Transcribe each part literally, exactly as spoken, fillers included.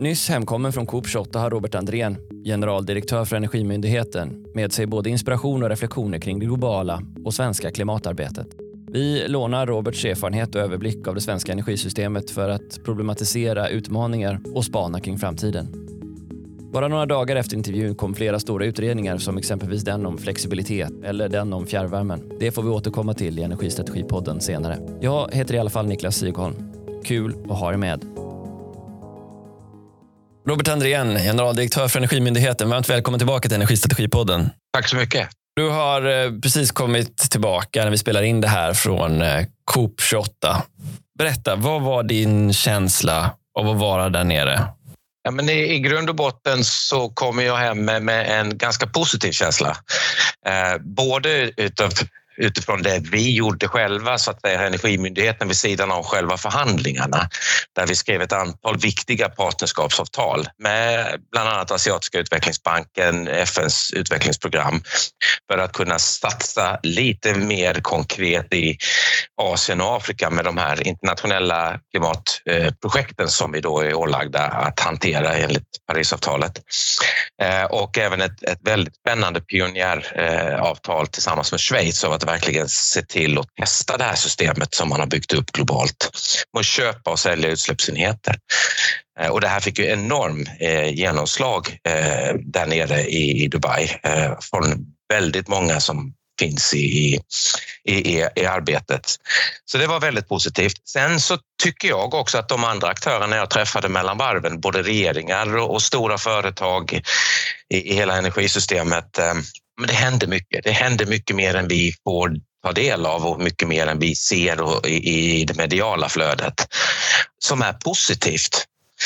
Nyss hemkommen från Coop tjugoåtta har Robert Andrén, generaldirektör för Energimyndigheten, med sig både inspiration och reflektioner kring det globala och svenska klimatarbetet. Vi lånar Roberts erfarenhet och överblick av det svenska energisystemet för att problematisera utmaningar och spana kring framtiden. Bara några dagar efter intervjun kom flera stora utredningar som exempelvis den om flexibilitet eller den om fjärrvärmen. Det får vi återkomma till i Energistrategipodden senare. Jag heter i alla fall Niklas Sigholm. Kul att ha er med. Robert Andrén, generaldirektör för Energimyndigheten. Varmt välkommen tillbaka till Energistrategipodden. Tack så mycket. Du har precis kommit tillbaka när vi spelar in det här från Coop tjugoåtta. Berätta, vad var din känsla av att vara där nere? Ja, men i, i grund och botten så kommer jag hem med, med en ganska positiv känsla. Eh, både utav utifrån det vi gjorde själva, så att säga, Energimyndigheten vid sidan av själva förhandlingarna, där vi skrev ett antal viktiga partnerskapsavtal med bland annat Asiatiska utvecklingsbanken, F N:s utvecklingsprogram, för att kunna satsa lite mer konkret i Asien och Afrika med de här internationella klimatprojekten som vi då är ålagda att hantera enligt Parisavtalet. Och även ett, ett väldigt spännande pionjäravtal tillsammans med Schweiz av att verkligen se till att testa det här systemet som man har byggt upp globalt och köpa och sälja utsläppsenheter. Och det här fick ju enorm eh, genomslag eh, där nere i, i Dubai eh, från väldigt många som finns i, i, i, i arbetet. Så det var väldigt positivt. Sen så tycker jag också att de andra aktörerna jag träffade mellan varven, både regeringar och, och stora företag i, i hela energisystemet, eh, men det händer mycket. Det händer mycket mer än vi får ta del av och mycket mer än vi ser och i, i det mediala flödet, som är positivt.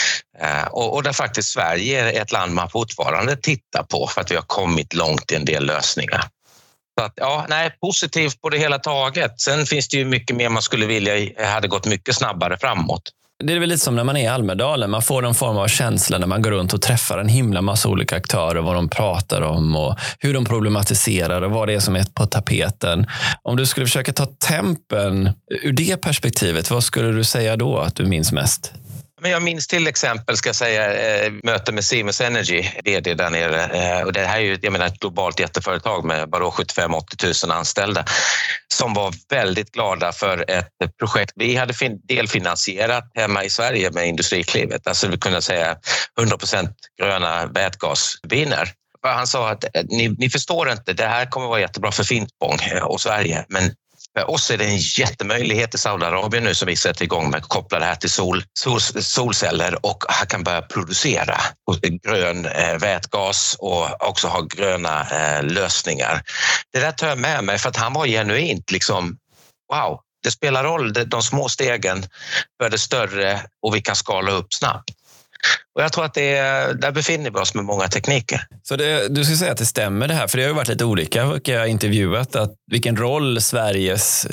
Eh, och, och där faktiskt Sverige är ett land man fortfarande tittar på för att vi har kommit långt i en del lösningar. Så att, ja, nej, positivt på det hela taget. Sen finns det ju mycket mer man skulle vilja hade gått mycket snabbare framåt. Det är väl lite som när man är i Almedalen. Man får en form av känsla när man går runt och träffar en himla massa olika aktörer, vad de pratar om och hur de problematiserar och vad det är som är på tapeten. Om du skulle försöka ta tempen ur det perspektivet, vad skulle du säga då att du minns mest? Men jag minns till exempel, ska jag säga, eh, möte med Siemens Energy, vd där nere. Eh, och det här är ju, jag menar, ett globalt jätteföretag med bara sjuttiofem till åttio tusen anställda som var väldigt glada för ett projekt vi hade fin- delfinansierat hemma i Sverige med Industriklivet. Alltså vi kunde säga hundra procent gröna vätgasviner. Han sa att ni, ni förstår inte, det här kommer vara jättebra för Finspång och Sverige, men för oss är det en jättemöjlighet i Saudiarabien nu som vi sätter igång med att koppla det här till sol, sol, solceller och han kan börja producera grön eh, vätgas och också ha gröna eh, lösningar. Det där tar jag med mig för att han var genuint liksom, wow, det spelar roll, de, de små stegen för det större och vi kan skala upp snabbt. Och jag tror att det är, där befinner vi oss med många tekniker. Så det, du ska säga att det stämmer det här, för det har ju varit lite olika, vilka jag har intervjuat, att vilken roll Sveriges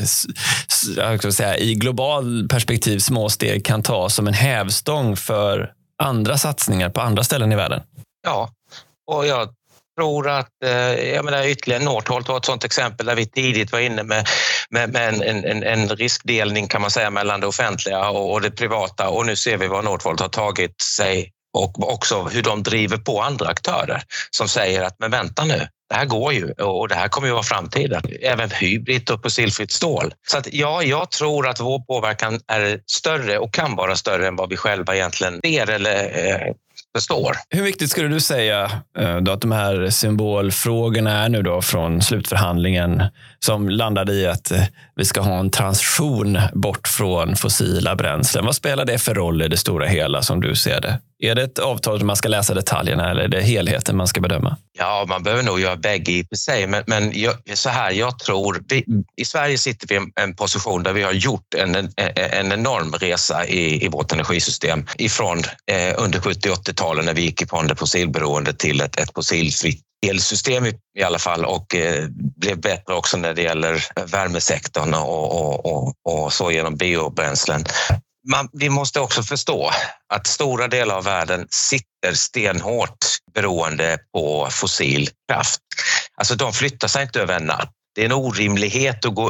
jag ska säga, i global perspektiv små steg kan ta som en hävstång för andra satsningar på andra ställen i världen. Ja, och jag tror att jag menar, ytterligare Northvolt var ett sådant exempel där vi tidigt var inne med, med, med en, en, en riskdelning kan man säga mellan det offentliga och, och det privata, och nu ser vi vad Northvolt har tagit sig och också hur de driver på andra aktörer som säger att men vänta nu, det här går ju och det här kommer ju vara framtiden. Även hybrid och fossilfritt stål. Så att ja, jag tror att vår påverkan är större och kan vara större än vad vi själva egentligen ser eller eh, förstår. Hur viktigt skulle du säga då att de här symbolfrågorna är nu då från slutförhandlingen som landade i att vi ska ha en transition bort från fossila bränslen? Vad spelar det för roll i det stora hela som du ser det? Är det ett avtal där man ska läsa detaljerna eller är det helheten man ska bedöma? Ja, man behöver nog göra bägge i sig. Men, men jag, så här, jag tror... Vi, i Sverige sitter vi i en, en position där vi har gjort en, en, en enorm resa i, i vårt energisystem ifrån eh, under sjuttio- och åttio-talen när vi gick ifrån det fossilberoende till ett, ett fossilfritt elsystem i, i alla fall, och eh, blev bättre också när det gäller värmesektorn och, och, och, och så genom biobränslen. Man, vi måste också förstå att stora delar av världen sitter stenhårt beroende på fossil kraft. Alltså de flyttar sig inte över en natt. Det är en orimlighet att gå,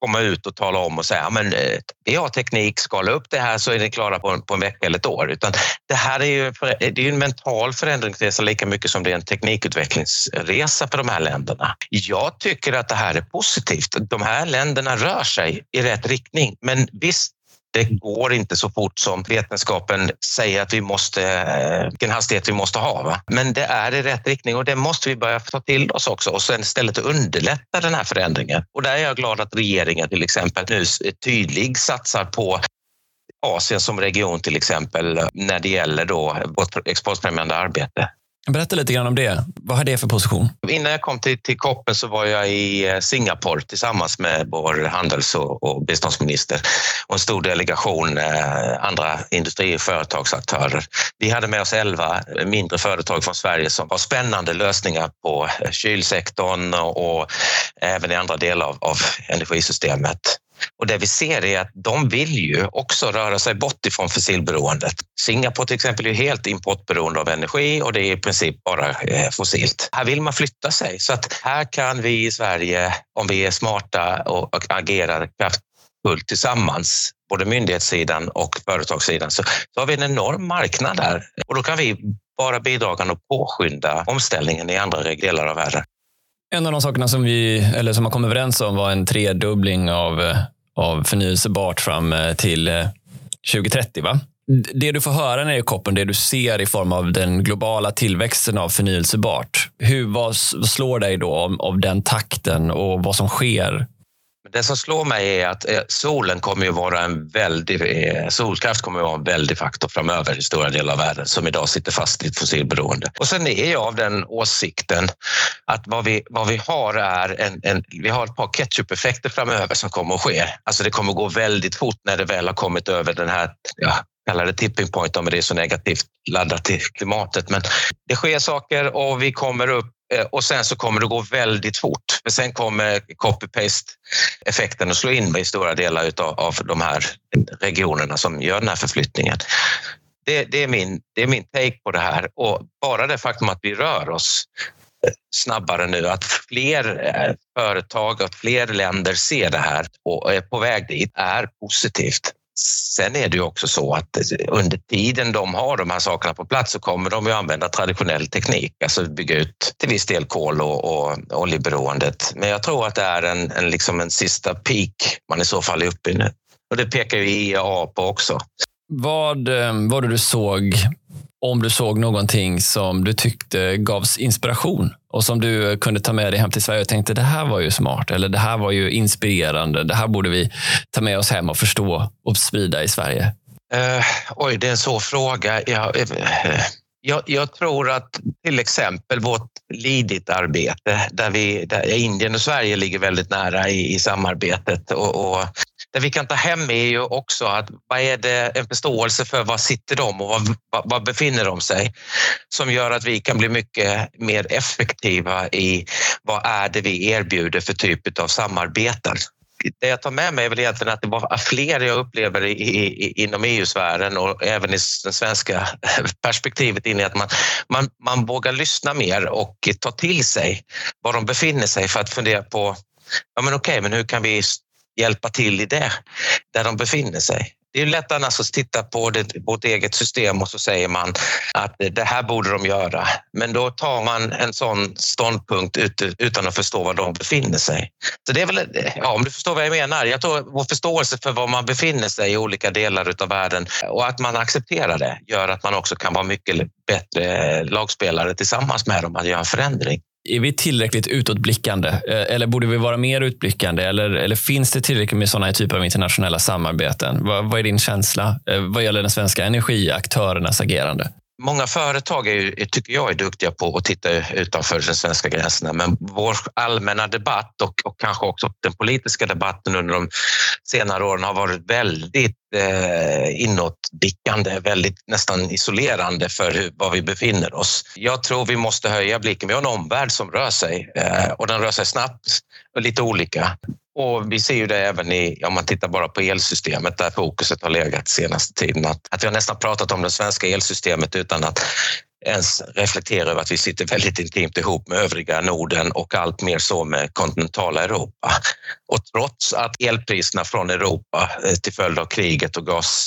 komma ut och tala om och säga men vi har teknik, skala upp det här så är ni klara på en, på en vecka eller ett år. Utan det här är ju, det är ju en mental förändringsresa lika mycket som det är en teknikutvecklingsresa för de här länderna. Jag tycker att det här är positivt. De här länderna rör sig i rätt riktning, men visst, det går inte så fort som vetenskapen säger att vi måste, vilken hastighet vi måste ha. Va? Men det är i rätt riktning och det måste vi börja ta till oss också och sen istället underlätta den här förändringen. Och där är jag glad att regeringen till exempel nu tydligt satsar på Asien som region till exempel när det gäller då vårt exportfrämjande arbete. Berätta lite grann om det. Vad har det för position? Innan jag kom till, till koppen så var jag i Singapore tillsammans med vår handels- och, och biståndsminister och en stor delegation eh, andra industri- och företagsaktörer. Vi hade med oss elva mindre företag från Sverige som har spännande lösningar på kylsektorn och, och även i andra delar av, av energisystemet. Och det vi ser är att de vill ju också röra sig bort ifrån fossilberoendet. Singapore till exempel är helt importberoende av energi och det är i princip bara fossilt. Här vill man flytta sig så att här kan vi i Sverige, om vi är smarta och agerar kraftfullt tillsammans, både myndighetssidan och företagssidan, så, så har vi en enorm marknad där. Och då kan vi bara bidraga och påskynda omställningen i andra delar av världen. En av de sakerna som vi eller som man kom överens om var en tredubbling av, av förnyelsebart fram till tjugo trettio, va? Det du får höra när det är koppen, det du ser i form av den globala tillväxten av förnyelsebart. Hur, vad, vad slår dig då av, av den takten och vad som sker? Det som slår mig är att solen kommer ju vara en väldig, solkraft kommer att vara en väldig faktor framöver i stora delar av världen som idag sitter fast i ett fossilberoende. Och sen är jag av den åsikten att vad vi, vad vi har är en, en, vi har ett par ketchup-effekter framöver som kommer att ske. Alltså det kommer att gå väldigt fort när det väl har kommit över den här, ja, kallar det tipping point om det är så negativt laddat till klimatet. Men det sker saker och vi kommer upp och sen så kommer det gå väldigt fort. För sen kommer copy-paste-effekten att slå in i stora delar utav, av de här regionerna som gör den här förflyttningen. Det, det, är min, det är min take på det här. Och bara det faktum att vi rör oss snabbare nu, att fler företag och fler länder ser det här och är på väg dit, är positivt. Sen är det ju också så att under tiden de har de här sakerna på plats så kommer de ju använda traditionell teknik, alltså bygga ut till viss del kol och, och oljeberoendet. Men jag tror att det är en, en, liksom en sista peak man i så fall är uppe i nu. Och det pekar ju I E A på också. Vad var det du såg, om du såg någonting som du tyckte gavs inspiration och som du kunde ta med dig hem till Sverige och tänkte det här var ju smart eller det här var ju inspirerande, det här borde vi ta med oss hem och förstå och sprida i Sverige? Uh, oj, det är en så fråga. Jag, uh, jag, jag tror att till exempel vårt Lidit-arbete där, vi, där Indien och Sverige ligger väldigt nära i, i samarbetet och, och det vi kan ta hem är ju också att vad är det en förståelse för vad sitter de och vad, vad, vad befinner de sig som gör att vi kan bli mycket mer effektiva i vad är det vi erbjuder för typ av samarbeten. Det jag tar med mig är väl egentligen att det var fler jag upplever i, i, inom E U-sfären och även i det svenska perspektivet in i att man, man, man vågar lyssna mer och ta till sig var de befinner sig för att fundera på ja men okej, men hur kan vi hjälpa till i det där de befinner sig. Det är ju lätt annars att titta på det, vårt eget system och så säger man att det här borde de göra. Men då tar man en sån ståndpunkt utan att förstå var de befinner sig. Så det är väl, ja, om du förstår vad jag menar. Jag tror vår förståelse för var man befinner sig i olika delar av världen och att man accepterar det gör att man också kan vara mycket bättre lagspelare tillsammans med dem om man gör en förändring. Är vi tillräckligt utåtblickande eller borde vi vara mer utblickande eller, eller finns det tillräckligt med sådana typer av internationella samarbeten? Vad, vad är din känsla vad gäller den svenska energiaktörernas agerande? Många företag är, tycker jag är duktiga på att titta utanför de svenska gränserna men vår allmänna debatt och, och kanske också den politiska debatten under de senare åren har varit väldigt eh, inåtblickande, väldigt nästan isolerande för hur, var vi befinner oss. Jag tror vi måste höja blicken. Vi har en omvärld som rör sig eh, och den rör sig snabbt och lite olika. Och vi ser ju det även i, om man tittar bara på elsystemet där fokuset har legat senaste tiden. Att, att vi har nästan pratat om det svenska elsystemet utan att ens reflektera över att vi sitter väldigt intimt ihop med övriga Norden och allt mer så med kontinentala Europa. Och trots att elpriserna från Europa till följd av kriget och gas,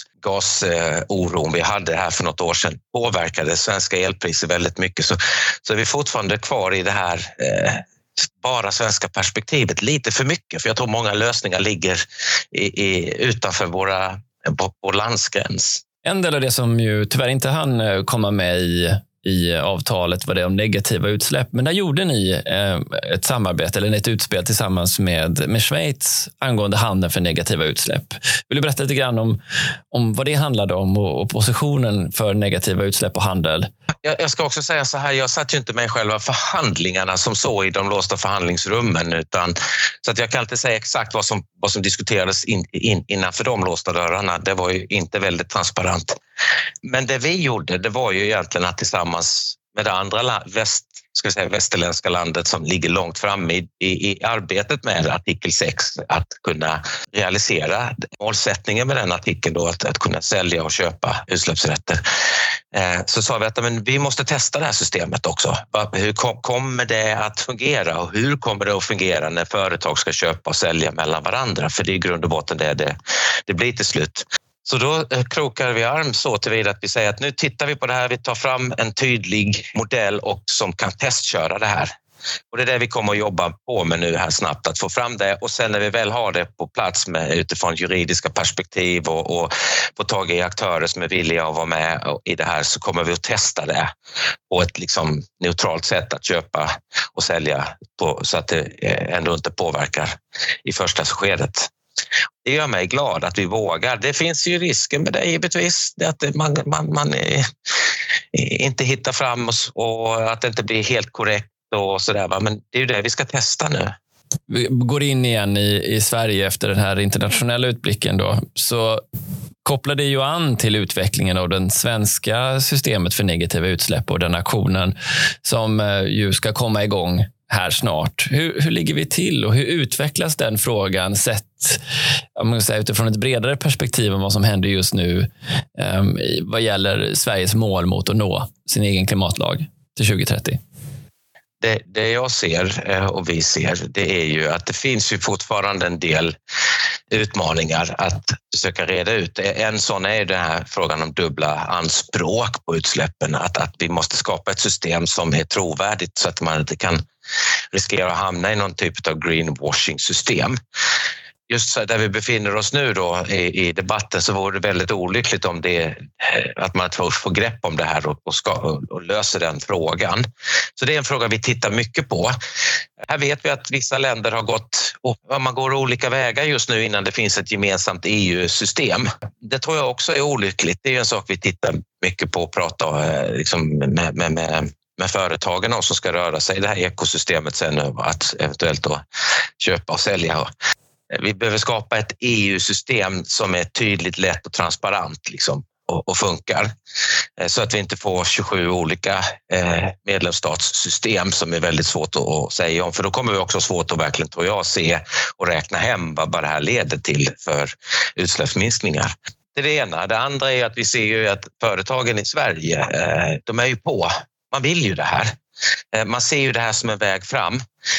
gasoron vi hade här för något år sedan påverkade svenska elpriser väldigt mycket, så, så är vi fortfarande kvar i det här eh, bara svenska perspektivet lite för mycket. För jag tror många lösningar ligger i, i, utanför våra, vår landsgräns. En del av det som ju tyvärr inte hann komma med i, i avtalet var det om negativa utsläpp. Men där gjorde ni eh, ett samarbete eller ett utspel tillsammans med, med Schweiz angående handeln för negativa utsläpp. Vill du berätta lite grann om, om vad det handlade om och, och positionen för negativa utsläpp och handel? Jag, jag ska också säga så här, jag satt ju inte med i själva förhandlingarna som så i de låsta förhandlingsrummen, utan så att jag kan inte säga exakt vad som, vad som diskuterades in, in, innanför de låsta dörrarna. Det var ju inte väldigt transparent. Men det vi gjorde, det var ju egentligen att tillsammans med det andra väst, ska jag säga, västerländska landet som ligger långt fram i, i, i arbetet med artikel sex, att kunna realisera målsättningen med den artikeln då, att, att kunna sälja och köpa utsläppsrätter. Eh, så sa vi att men, vi måste testa det här systemet också. Hur kom, kommer det att fungera och hur kommer det att fungera när företag ska köpa och sälja mellan varandra? För det är i grund och botten det det, det blir till slut. Så då krokar vi arm så tillvida att vi säger att nu tittar vi på det här, vi tar fram en tydlig modell och som kan testköra det här. Och det är det vi kommer att jobba på med nu här snabbt, att få fram det, och sen när vi väl har det på plats med, utifrån juridiska perspektiv och, och få tag i aktörer som är villiga att vara med i det här, så kommer vi att testa det på ett liksom neutralt sätt att köpa och sälja på, så att det ändå inte påverkar i första skedet. Det gör mig glad att vi vågar. Det finns ju risker med det givetvis, det att man, man, man är, inte hittar fram och, och att det inte blir helt korrekt och sådär. Men det är ju det vi ska testa nu. Vi går in igen i, i Sverige efter den här internationella utblicken då. Så kopplar det ju an till utvecklingen av den svenska systemet för negativa utsläpp och den aktionen som ju ska komma igång här snart. Hur, hur ligger vi till och hur utvecklas den frågan sett jag måste säga, utifrån ett bredare perspektiv än vad som händer just nu um, vad gäller Sveriges mål mot att nå sin egen klimatlag till tjugo trettio? Det, det jag ser och vi ser, det är ju att det finns ju fortfarande en del utmaningar att försöka reda ut. En sån är den här frågan om dubbla anspråk på utsläppen. Att, att vi måste skapa ett system som är trovärdigt så att man inte kan riskera att hamna i någon typ av greenwashing-system. Just så där vi befinner oss nu då i, i debatten, så vore det väldigt olyckligt om det, att man får, får grepp om det här och, och, ska, och löser den frågan. Så det är en fråga vi tittar mycket på. Här vet vi att vissa länder har gått, och man går olika vägar just nu innan det finns ett gemensamt E U-system. Det tror jag också är olyckligt. Det är en sak vi tittar mycket på och pratar liksom med, med, med med företagen och som ska röra sig i det här ekosystemet sen, att eventuellt då köpa och sälja. Vi behöver skapa ett E U-system som är tydligt, lätt och transparent liksom, och, och funkar. Så att vi inte får tjugosju olika eh, medlemsstatssystem som är väldigt svårt att, att säga om. För då kommer vi också svårt att verkligen, tror jag, se och räkna hem vad det här leder till för utsläppsminskningar. Det är det ena. Det andra är att vi ser ju att företagen i Sverige, eh, de är ju på. Man vill ju det här. Man ser ju det här som en väg fram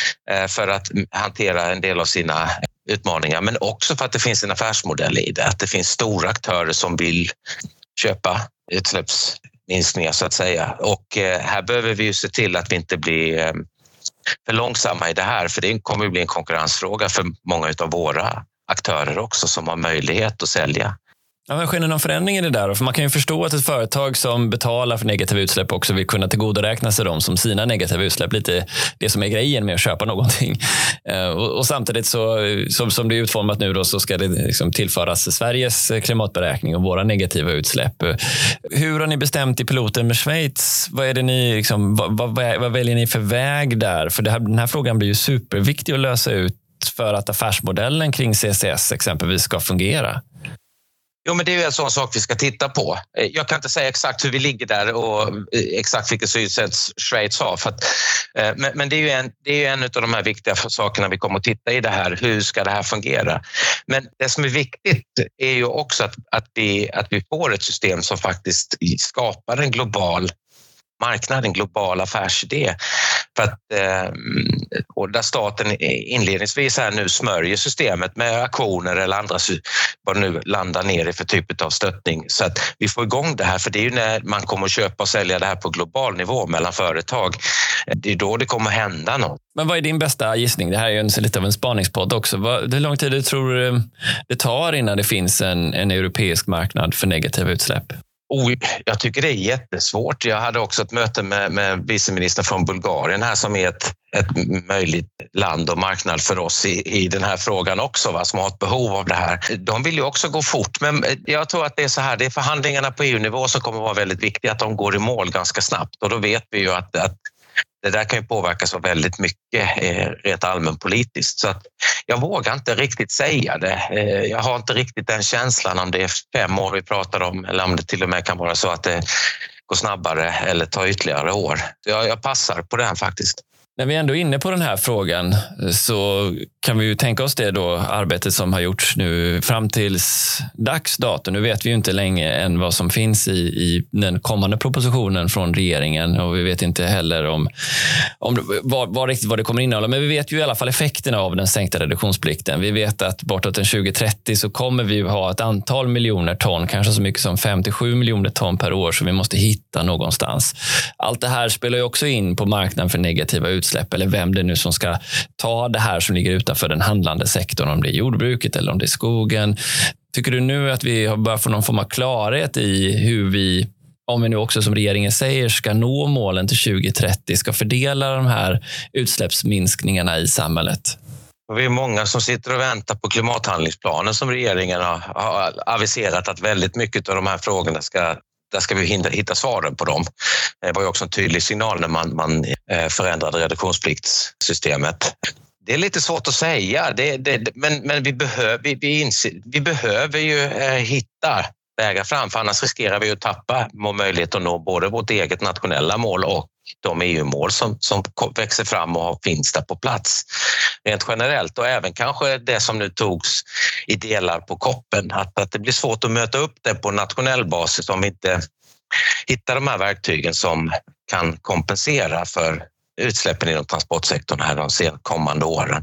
för att hantera en del av sina utmaningar, men också för att det finns en affärsmodell i det. Att det finns stora aktörer som vill köpa utsläppsminskningar så att säga. Och här behöver vi ju se till att vi inte blir för långsamma i det här, för det kommer att bli en konkurrensfråga för många av våra aktörer också som har möjlighet att sälja. Ja, men sker det någon förändring i det där? För man kan ju förstå att ett företag som betalar för negativa utsläpp också vill kunna tillgodoräkna sig dem som sina negativa utsläpp. Lite det som är grejen med att köpa någonting. Och, och samtidigt så, som, som det är utformat nu då, så ska det liksom tillföras Sveriges klimatberäkning och våra negativa utsläpp. Hur har ni bestämt i piloten med Schweiz? Vad är det ni, liksom, vad, vad, vad väljer ni för väg där? För det här, den här frågan blir ju superviktig att lösa ut för att affärsmodellen kring C C S exempelvis ska fungera. Jo, men det är ju en sån sak vi ska titta på. Jag kan inte säga exakt hur vi ligger där och exakt vilket synsätt Schweiz har. För att, men men det är ju en, det är ju en av de här viktiga sakerna vi kommer att titta i det här. Hur ska det här fungera? Men det som är viktigt är ju också att, att, vi, att vi får ett system som faktiskt skapar en global marknad, en global affärsidé. För att, eh, och där staten inledningsvis här nu smörjer systemet med aktioner eller andra vad nu landar ner i för typ av stöttning. Så att vi får igång det här, för det är ju när man kommer att köpa och sälja det här på global nivå mellan företag. Det är då det kommer att hända något. Men vad är din bästa gissning? Det här är ju en, lite av en spaningspodd också. Hur lång tid tror du det tar innan det finns en, en europeisk marknad för negativa utsläpp? Oh, jag tycker det är jättesvårt. Jag hade också ett möte med, med viceministern från Bulgarien här som är ett, ett möjligt land och marknad för oss i, i den här frågan också, va, som har ett behov av det här. De vill ju också gå fort, men jag tror att det är så här, det är förhandlingarna på E U-nivå som kommer att vara väldigt viktiga, att de går i mål ganska snabbt, och då vet vi ju att, att det där kan ju påverkas av väldigt mycket eh, rent allmänpolitiskt. Så att jag vågar inte riktigt säga det. Eh, jag har inte riktigt den känslan om det är fem år vi pratar om, eller om det till och med kan vara så att det går snabbare eller tar ytterligare år. Jag, jag passar på den faktiskt. När vi ändå är inne på den här frågan så kan vi ju tänka oss det då arbetet som har gjorts nu fram tills dags datum. Nu vet vi ju inte länge än vad som finns i, i den kommande propositionen från regeringen, och vi vet inte heller om, om vad, vad riktigt vad det kommer innehålla. Men vi vet ju i alla fall effekterna av den sänkta reduktionsplikten. Vi vet att bortåt den tjugo trettio så kommer vi ju ha ett antal miljoner ton, kanske så mycket som fem till sju miljoner ton per år, som vi måste hitta någonstans. Allt det här spelar ju också in på marknaden för negativa utsläpp. Utsläpp, eller vem det nu som ska ta det här som ligger utanför den handlande sektorn, om det är jordbruket eller om det är skogen. Tycker du nu att vi har börjat få någon form av klarhet i hur vi, om vi nu också som regeringen säger ska nå målen till tjugo trettio, ska fördela de här utsläppsminskningarna i samhället? Vi är många som sitter och väntar på klimathandlingsplanen som regeringen har, har aviserat, att väldigt mycket av de här frågorna ska Där ska vi hitta svaren på dem. Det var ju också en tydlig signal när man, man förändrade reduktionspliktssystemet. Det är lite svårt att säga, det, det, men, men vi, behöver, vi, vi, inser, vi behöver ju eh, hitta vägar fram, för annars riskerar vi att tappa möjlighet att nå både vårt eget nationella mål och de E U-mål som, som växer fram och finns där på plats rent generellt, och även kanske det som nu togs i delar på koppen, att, att det blir svårt att möta upp det på nationell basis om vi inte hittar de här verktygen som kan kompensera för utsläppen inom transportsektorn här de sen kommande åren.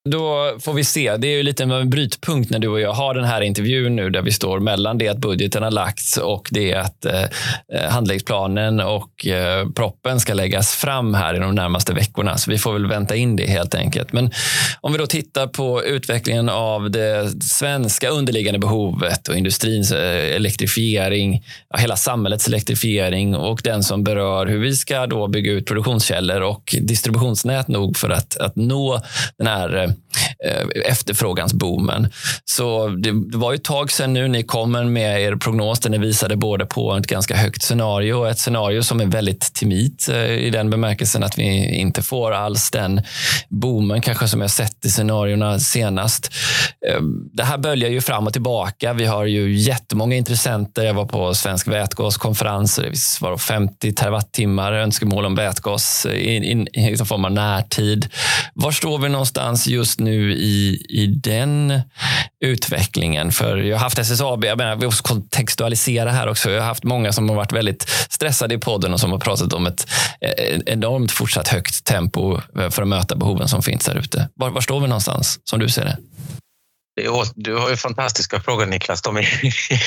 Då får vi se. Det är ju lite av en brytpunkt när du och jag har den här intervjun nu, där vi står mellan det att budgeten har lagts och det att eh, handläggsplanen och eh, proppen ska läggas fram här i de närmaste veckorna. Så vi får väl vänta in det helt enkelt. Men om vi då tittar på utvecklingen av det svenska underliggande behovet och industrins eh, elektrifiering, ja, hela samhällets elektrifiering, och den som berör hur vi ska då bygga ut produktionskällor och distributionsnät nog för att, att nå den här eh, efterfrågansboomen. Så det, det var ju ett tag sedan nu ni kommer med er prognos där ni visade både på ett ganska högt scenario och ett scenario som är väldigt timid i den bemärkelsen att vi inte får alls den boomen kanske som jag sett i scenarierna senast. Det här böljar ju fram och tillbaka. Vi har ju jättemånga intressenter. Jag var på Svensk vätgaskonferens. Det var femtio terawattimmar önskemål om vätgas i, i, i form av närtid. Var står vi någonstans just nu i, i den utvecklingen? För jag har haft S S A B, jag menar, vi måste kontextualisera här också. Jag har haft många som har varit väldigt stressade i podden och som har pratat om ett enormt fortsatt högt tempo för att möta behoven som finns där ute. Var, var står vi någonstans som du ser det? Du har ju fantastiska frågor, Niklas. De är,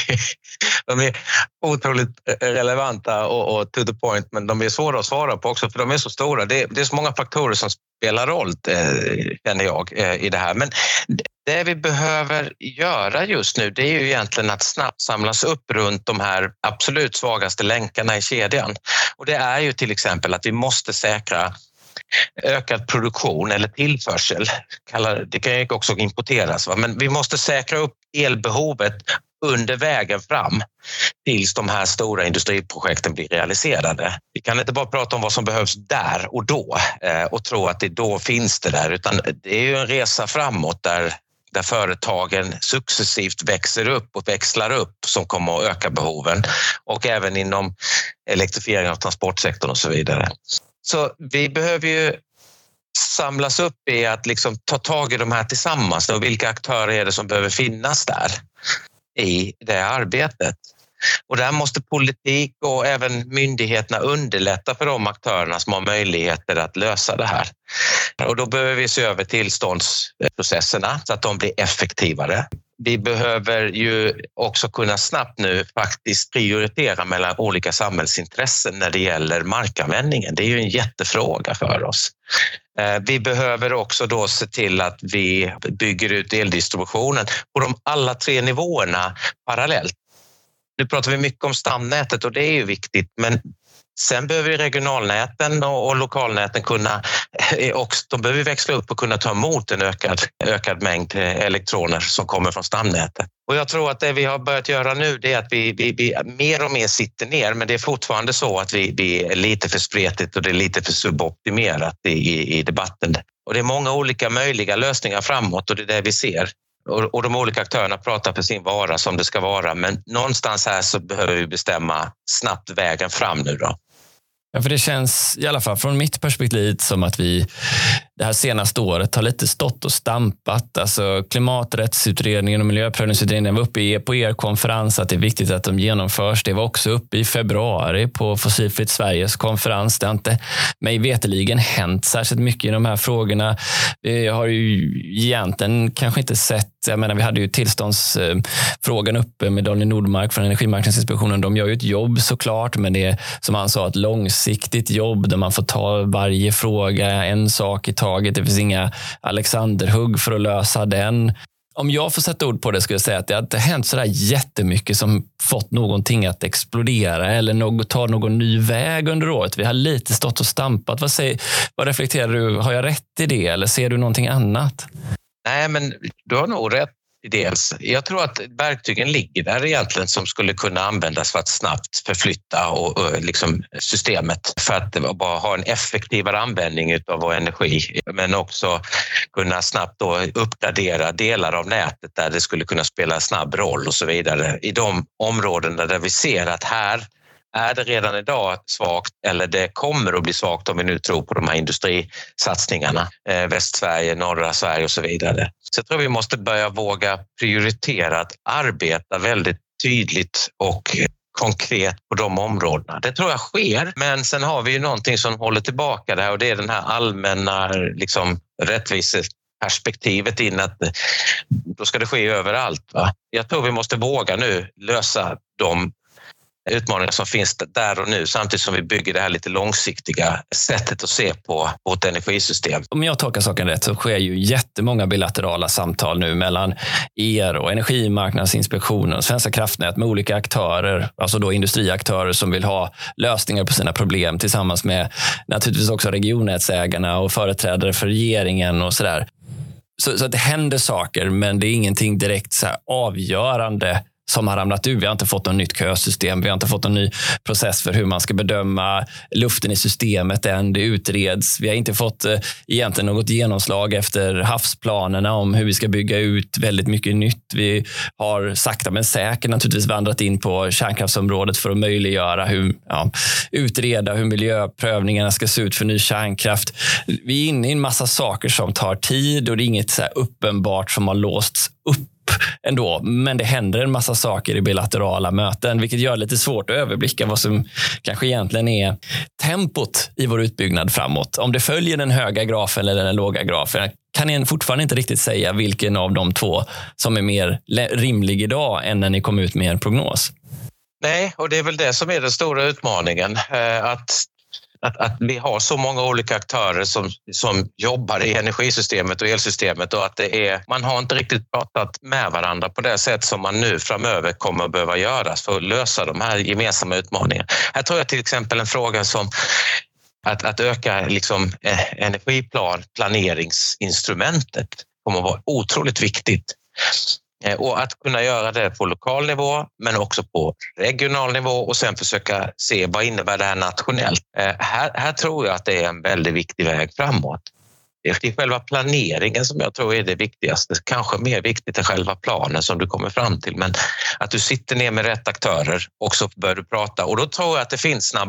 de är otroligt relevanta och, och to the point, men de är svåra att svara på också, för de är så stora. Det, det är så många faktorer som spelar roll, känner jag, i det här. Men det vi behöver göra just nu, det är ju egentligen att snabbt samlas upp runt de här absolut svagaste länkarna i kedjan. Och det är ju till exempel att vi måste säkra ökad produktion eller tillförsel, det kan ju också importeras, va? Men vi måste säkra upp elbehovet under vägen fram tills de här stora industriprojekten blir realiserade. Vi kan inte bara prata om vad som behövs där och då och tro att det då finns det där, utan det är ju en resa framåt där där företagen successivt växer upp och växlar upp som kommer att öka behoven, och även inom elektrifiering av transportsektorn och så vidare. Så vi behöver ju samlas upp i att liksom ta tag i de här tillsammans. Och vilka aktörer är det som behöver finnas där i det arbetet? Och där måste politik och även myndigheterna underlätta för de aktörerna som har möjligheter att lösa det här. Och då behöver vi se över tillståndsprocesserna så att de blir effektivare. Vi behöver ju också kunna snabbt nu faktiskt prioritera mellan olika samhällsintressen när det gäller markanvändningen. Det är ju en jättefråga för oss. Vi behöver också då se till att vi bygger ut eldistributionen på de alla tre nivåerna parallellt. Nu pratar vi mycket om stamnätet och det är ju viktigt, men sen behöver regionalnäten och lokalnäten kunna, också, de behöver växla upp och kunna ta emot en ökad, ökad mängd elektroner som kommer från stamnätet. Och jag tror att det vi har börjat göra nu det är att vi, vi, vi mer och mer sitter ner, men det är fortfarande så att vi, vi är lite för spretigt och det är lite för suboptimerat i, i, i debatten. Och det är många olika möjliga lösningar framåt och det är det vi ser. Och, och de olika aktörerna pratar för sin vara som det ska vara, men någonstans här så behöver vi bestämma snabbt vägen fram nu då. Ja, för det känns i alla fall från mitt perspektiv som att vi det här senaste året har lite stått och stampat. Alltså klimaträttsutredningen och miljöprövningsutredningen var uppe på er konferens att det är viktigt att de genomförs. Det var också uppe i februari på Fossilfritt Sveriges konferens. Det har inte mig veteligen hänt särskilt mycket i de här frågorna. Vi har ju egentligen kanske inte sett, jag menar vi hade ju tillståndsfrågan uppe med Daniel Nordmark från Energimarknadsinspektionen. De gör ju ett jobb såklart, men det är som han sa ett långsiktigt jobb där man får ta varje fråga en sak i taget. Det finns inga Alexanderhugg för att lösa den. Om jag får sätta ord på det skulle jag säga att det har inte hänt så där jättemycket som fått någonting att explodera eller något, ta någon ny väg under året. Vi har lite stått och stampat. Vad, säger, vad reflekterar du? Har jag rätt i det eller ser du någonting annat? Nej, men du har nog rätt. Dels. Jag tror att verktygen ligger där egentligen som skulle kunna användas för att snabbt förflytta och, och liksom systemet för att bara ha en effektivare användning av vår energi, men också kunna snabbt då uppgradera delar av nätet där det skulle kunna spela snabb roll och så vidare. I de områden där vi ser att här är det redan idag svagt eller det kommer att bli svagt om vi nu tror på de här industrisatsningarna, eh, Västsverige, norra Sverige och så vidare. Så jag tror vi måste börja våga prioritera att arbeta väldigt tydligt och konkret på de områdena. Det tror jag sker, men sen har vi ju någonting som håller tillbaka det här och det är den här allmänna liksom, rättviseperspektivet in att då ska det ske överallt. Va? Jag tror vi måste våga nu lösa de utmaningar som finns där och nu samtidigt som vi bygger det här lite långsiktiga sättet att se på vårt energisystem. Om jag tolkar saken rätt så sker ju jättemånga bilaterala samtal nu mellan er och Energimarknadsinspektionen och Svenska kraftnät med olika aktörer, alltså då industriaktörer som vill ha lösningar på sina problem tillsammans med naturligtvis också regionnätsägarna och företrädare för regeringen och sådär. Så, så att det händer saker, men det är ingenting direkt så här avgörande som har ramlat ur. Vi har inte fått något nytt kösystem. Vi har inte fått en ny process för hur man ska bedöma luften i systemet än. Det utreds. Vi har inte fått eh, egentligen något genomslag efter havsplanerna om hur vi ska bygga ut väldigt mycket nytt. Vi har sakta men säkert naturligtvis vandrat in på kärnkraftsområdet för att möjliggöra hur, ja, utreda hur miljöprövningarna ska se ut för ny kärnkraft. Vi är inne i en massa saker som tar tid och det är inget så här uppenbart som har låsts upp ändå, men det händer en massa saker i bilaterala möten, vilket gör det lite svårt att överblicka vad som kanske egentligen är tempot i vår utbyggnad framåt. Om det följer den höga grafen eller den låga grafen kan ni fortfarande inte riktigt säga vilken av de två som är mer rimlig idag än när ni kom ut med en prognos. Nej, och det är väl det som är den stora utmaningen, att Att, att vi har så många olika aktörer som, som jobbar i energisystemet och elsystemet och att det är, man har inte riktigt pratat med varandra på det sätt som man nu framöver kommer att behöva göra för att lösa de här gemensamma utmaningarna. Här tror jag till exempel en fråga som att, att öka liksom, eh, energiplan, planeringsinstrumentet kommer att vara otroligt viktigt. Och att kunna göra det på lokal nivå men också på regional nivå och sen försöka se vad innebär det här nationellt. Här, här tror jag att det är en väldigt viktig väg framåt. Det är själva planeringen som jag tror är det viktigaste. Kanske mer viktigt än själva planen som du kommer fram till. Men att du sitter ner med rätt aktörer och så börjar du prata. Och då tror jag att det finns snabba,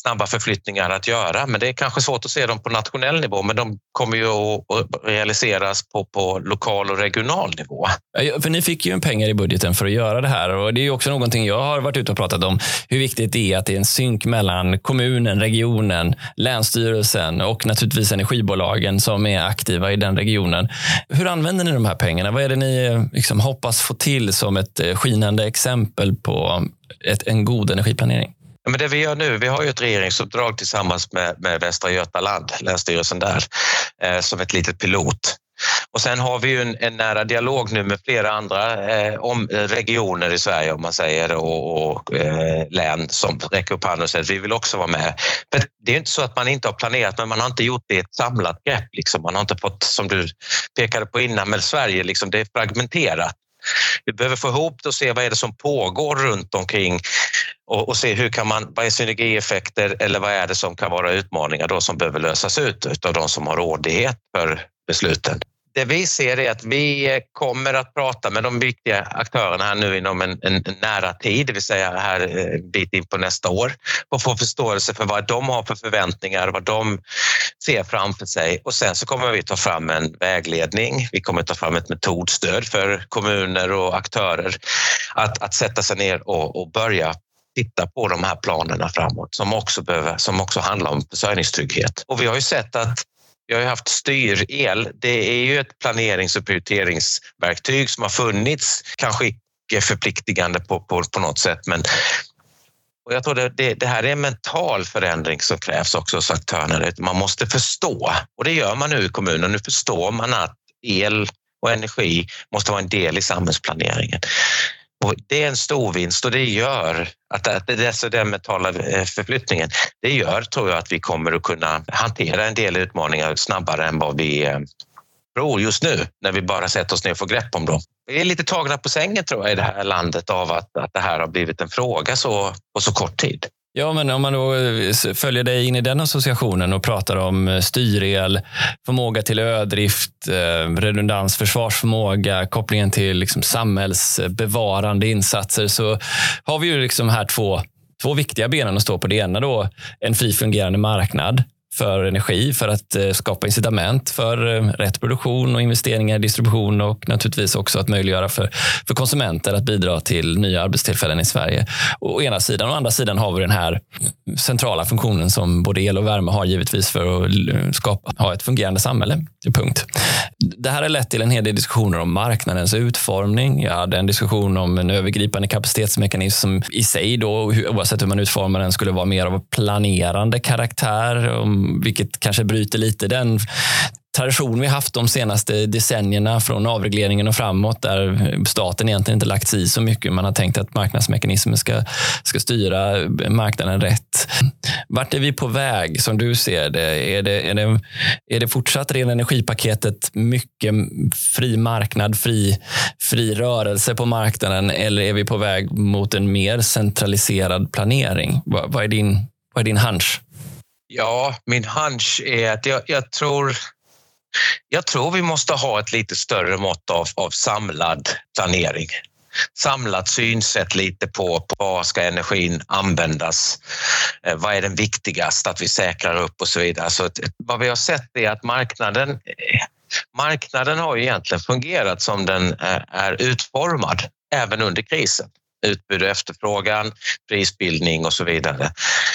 snabba förflyttningar att göra, men det är kanske svårt att se dem på nationell nivå, men de kommer ju att realiseras på, på lokal och regional nivå. Ja, för ni fick ju en pengar i budgeten för att göra det här, och det är ju också någonting jag har varit ute och pratat om, hur viktigt det är att det är en synk mellan kommunen, regionen, länsstyrelsen och naturligtvis energibolagen som är aktiva i den regionen. Hur använder ni de här pengarna? Vad är det ni liksom hoppas få till som ett skinande exempel på ett, en god energiplanering? Ja, men det vi gör nu, vi har ju ett regeringsuppdrag tillsammans med, med Västra Götaland, länsstyrelsen där, eh, som ett litet pilot. Och sen har vi ju en, en nära dialog nu med flera andra eh, om, regioner i Sverige, om man säger, och, och eh, län som räcker upp handen och säger att vi vill också vara med. För det är inte så att man inte har planerat, men man har inte gjort det i ett samlat grepp. Liksom. Man har inte fått, som du pekade på innan, med Sverige, liksom, det är fragmenterat. Vi behöver få ihop det och se vad är det som pågår runt omkring och, och se hur kan man, vad är synergieffekter eller vad är det som kan vara utmaningar då som behöver lösas ut av de som har rådighet för besluten. Det vi ser är att vi kommer att prata med de viktiga aktörerna här nu inom en, en, en nära tid, det vill säga här en bit in på nästa år, och få förståelse för vad de har för förväntningar, vad de ser framför sig, och sen så kommer vi ta fram en vägledning, vi kommer ta fram ett metodstöd för kommuner och aktörer att, att sätta sig ner och, och börja titta på de här planerna framåt som också, behöver, som också handlar om försörjningstrygghet. Och vi har ju sett att vi har ju haft styrel. Det är ju ett planerings- och prioriteringsverktyg som har funnits, kanske icke förpliktigande på, på, på något sätt. Men och jag tror det, det, det här är en mental förändring som krävs också hos aktörerna. Man måste förstå, och det gör man nu i kommunen. Nu förstår man att el och energi måste vara en del i samhällsplaneringen. Och det är en stor vinst, och det gör att, att det är den mentala förflyttningen. Det gör, tror jag, att vi kommer att kunna hantera en del utmaningar snabbare än vad vi eh, tror just nu, när vi bara sätter oss ner och får grepp om dem. Vi är lite tagna på sängen, tror jag, i det här landet av att, att det här har blivit en fråga så, på så kort tid. Ja, men om man då följer dig in i den associationen och pratar om styrel, förmåga till ödrift, redundans, försvarsförmåga, kopplingen till liksom samhällsbevarande insatser, så har vi ju liksom här två, två viktiga benen att stå på. Det ena då, en fri fungerande marknad för energi, för att skapa incitament för rätt produktion och investeringar i distribution, och naturligtvis också att möjliggöra för, för konsumenter att bidra till nya arbetstillfällen i Sverige. Och å ena sidan, och å andra sidan har vi den här centrala funktionen som både el och värme har, givetvis, för att skapa, ha ett fungerande samhälle. Punkt. Det här har lett till en hel del diskussioner om marknadens utformning. Jag hade en diskussion om en övergripande kapacitetsmekanism som i sig då, oavsett hur man utformar den, skulle vara mer av planerande karaktär, om vilket kanske bryter lite den tradition vi haft de senaste decennierna från avregleringen och framåt, där staten egentligen inte lagt sig i så mycket. Man har tänkt att marknadsmekanismen ska, ska styra marknaden rätt. Vart är vi på väg som du ser det? Är det, är det, är det fortsatt ren energipaketet mycket fri marknad, fri, fri rörelse på marknaden, eller är vi på väg mot en mer centraliserad planering? Vad, vad är din, vad är din hunch? Ja, min hunch är att jag, jag tror jag tror vi måste ha ett lite större mått av, av samlad planering. Samlat synsätt lite på, på vad ska energin användas, eh, vad är den viktigast att vi säkrar upp och så vidare. Så att, vad vi har sett är att marknaden, eh, marknaden har ju egentligen fungerat som den är, är utformad även under krisen. Utbud och efterfrågan, prisbildning och så vidare.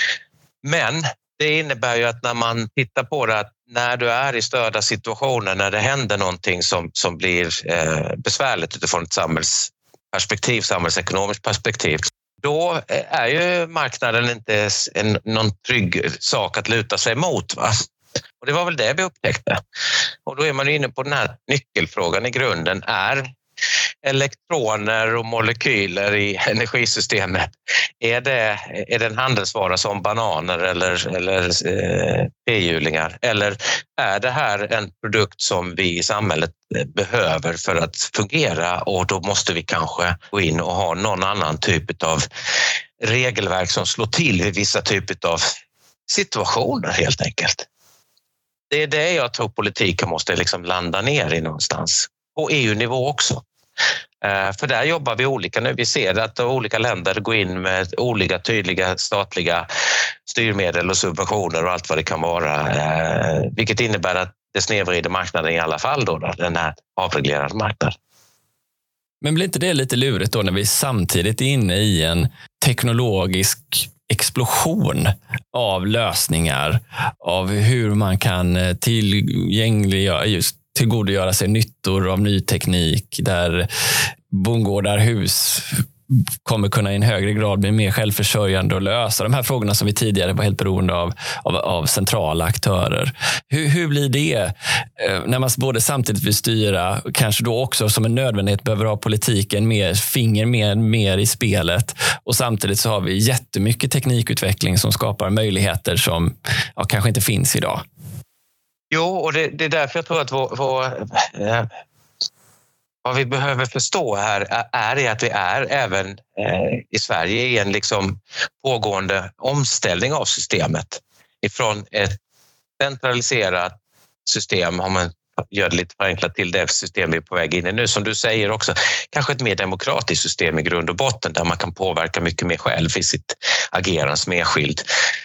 Men det innebär ju att när man tittar på det, att när du är i störda situationer, när det händer någonting som, som blir eh, besvärligt utifrån ett samhällsperspektiv, samhällsekonomiskt perspektiv, då är ju marknaden inte en, någon trygg sak att luta sig mot. Va? Och det var väl det vi upptäckte. Och då är man inne på den här nyckelfrågan i grunden. Är elektroner och molekyler i energisystemet, är det, är det en handelsvara som bananer eller, eller eh, trehjulingar? Eller är det här en produkt som vi i samhället behöver för att fungera, och då måste vi kanske gå in och ha någon annan typ av regelverk som slår till i vissa typer av situationer helt enkelt. Det är det jag tror politiken måste liksom landa ner i någonstans. På E U-nivå också. För där jobbar vi olika nu. Vi ser att olika länder går in med olika tydliga statliga styrmedel och subventioner och allt vad det kan vara. Vilket innebär att det snedvrider marknaden i alla fall då, då den här avreglerade marknaden. Men blir inte det lite lurigt då när vi samtidigt är inne i en teknologisk explosion av lösningar av hur man kan tillgängliggöra, just tillgodogöra sig nyttor av ny teknik, där bondgårdar, hus kommer kunna i en högre grad bli mer självförsörjande och lösa de här frågorna som vi tidigare var helt beroende av, av, av centrala aktörer. Hur, hur blir det när man både samtidigt vill styra, kanske då också som en nödvändighet behöver ha politiken mer finger mer, mer i spelet, och samtidigt så har vi jättemycket teknikutveckling som skapar möjligheter som ja, kanske inte finns idag. Jo, och det, det är därför jag tror att vår, vår, eh, vad vi behöver förstå här är, är att vi är även eh, i Sverige i en liksom pågående omställning av systemet ifrån ett centraliserat system, om man gör det lite förenklat, till det system vi är på väg in i nu. Som du säger också, kanske ett mer demokratiskt system i grund och botten, där man kan påverka mycket mer själv i sitt agerande som enskild.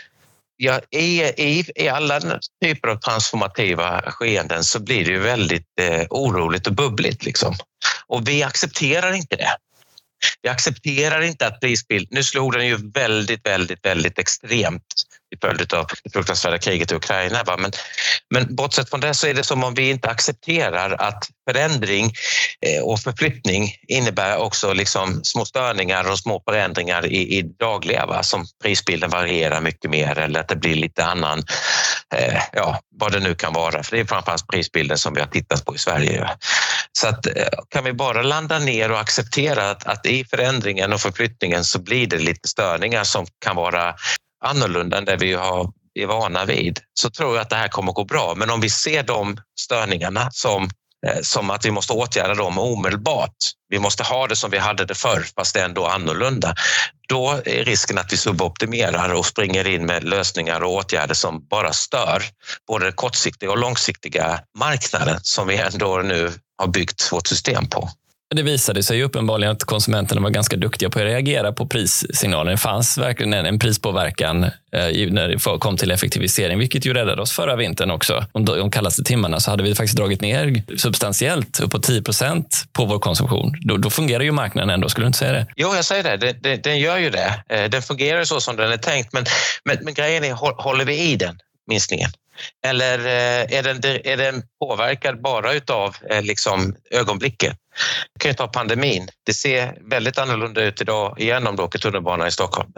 Ja, i, i, I alla typer av transformativa skeenden så blir det ju väldigt eh, oroligt och bubbligt. Liksom. Och vi accepterar inte det. Vi accepterar inte att prisbild... Nu slog den ju väldigt, väldigt, väldigt extremt i följd av det fruktansvärda kriget i Ukraina. Va? Men, men bortsett från det så är det som om vi inte accepterar att förändring och förflyttning innebär också liksom små störningar och små förändringar i, i dagliga, va? Som prisbilden varierar mycket mer, eller att det blir lite annan, eh, ja, vad det nu kan vara. För det är framförallt prisbilden som vi har tittat på i Sverige. Så att, kan vi bara landa ner och acceptera att, att i förändringen och förflyttningen så blir det lite störningar som kan vara annorlunda än det vi har, är vana vid, så tror jag att det här kommer gå bra. Men om vi ser de störningarna som, som att vi måste åtgärda dem omedelbart, vi måste ha det som vi hade det förr fast det är ändå annorlunda, då är risken att vi suboptimerar och springer in med lösningar och åtgärder som bara stör både den kortsiktiga och långsiktiga marknaden som vi ändå nu har byggt vårt system på. Det visade sig ju uppenbarligen att konsumenterna var ganska duktiga på att reagera på prissignaler. Det fanns verkligen en, en prispåverkan eh, när det kom till effektivisering, vilket ju räddade oss förra vintern också. Om de, de kallaste timmarna så hade vi faktiskt dragit ner substantiellt upp på tio procent på vår konsumtion. Då, då fungerar ju marknaden ändå, skulle du inte säga det? Jo, jag säger det. Den, den, den gör ju det. Den fungerar så som den är tänkt, men, men, men grejen är, håller vi i den minskningen? Eller är den, är den påverkad bara utav liksom ögonblicket? Jag kan ju ta pandemin. Det ser väldigt annorlunda ut idag igen om du åker tunnelbana i Stockholm.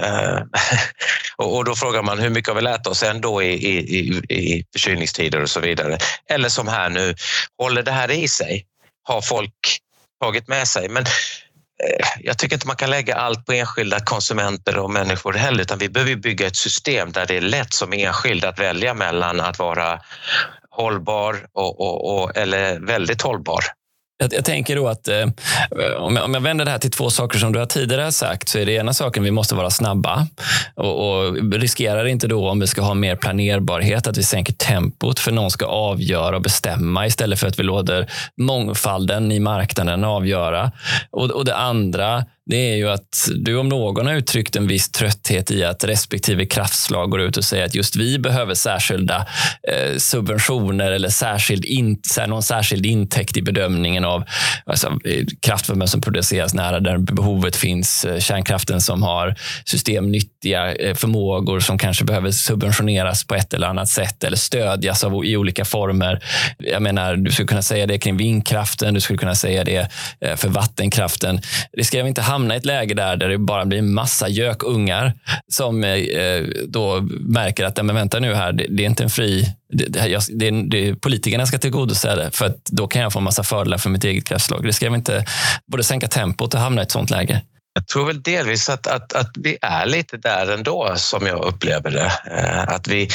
Och då frågar man hur mycket har vi lärt oss ändå i, i, i förkylningstider och så vidare. Eller som här nu, håller det här i sig? Har folk tagit med sig? Men jag tycker inte man kan lägga allt på enskilda konsumenter och människor heller, utan vi behöver bygga ett system där det är lätt som enskild att välja mellan att vara hållbar och, och, och, eller väldigt hållbar. Jag, jag tänker då att eh, om, jag, om jag vänder det här till två saker som du har tidigare sagt, så är det ena saken vi måste vara snabba och, och riskerar inte då, om vi ska ha mer planerbarhet, att vi sänker tempot för någon ska avgöra och bestämma istället för att vi låter mångfalden i marknaden avgöra. Och, och det andra, det är ju att du om någon har uttryckt en viss trötthet i att respektive kraftslag går ut och säger att just vi behöver särskilda eh, subventioner eller särskild in, någon särskild intäkt i bedömningen av alltså, kraftvärmen som produceras nära där behovet finns, kärnkraften som har systemnyttiga eh, förmågor som kanske behöver subventioneras på ett eller annat sätt eller stödjas av, i olika former. Jag menar, du skulle kunna säga det kring vindkraften, du skulle kunna säga det eh, för vattenkraften. Det ska vi inte hamna i ett läge där, där det bara blir en massa gökungar som eh, då märker att men vänta nu här, det, det är inte en fri det, det, det, det, politikerna ska tillgodose det, för att då kan jag få en massa fördelar för mitt eget kraftslag. Det ska vi inte både sänka tempot och hamna i ett sånt läge. Jag tror väl delvis att, att, att vi är lite där ändå, som jag upplever det. Att vi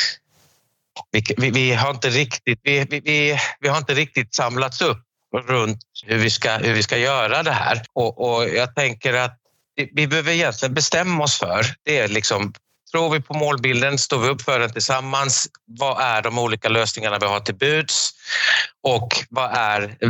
vi, vi, vi har inte riktigt vi, vi, vi, vi har inte riktigt samlats upp runt hur vi ska, hur vi ska göra det här. Och, och jag tänker att vi behöver egentligen bestämma oss för det är liksom, tror vi på målbilden, står vi upp för den tillsammans, vad är de olika lösningarna vi har till buds och vad är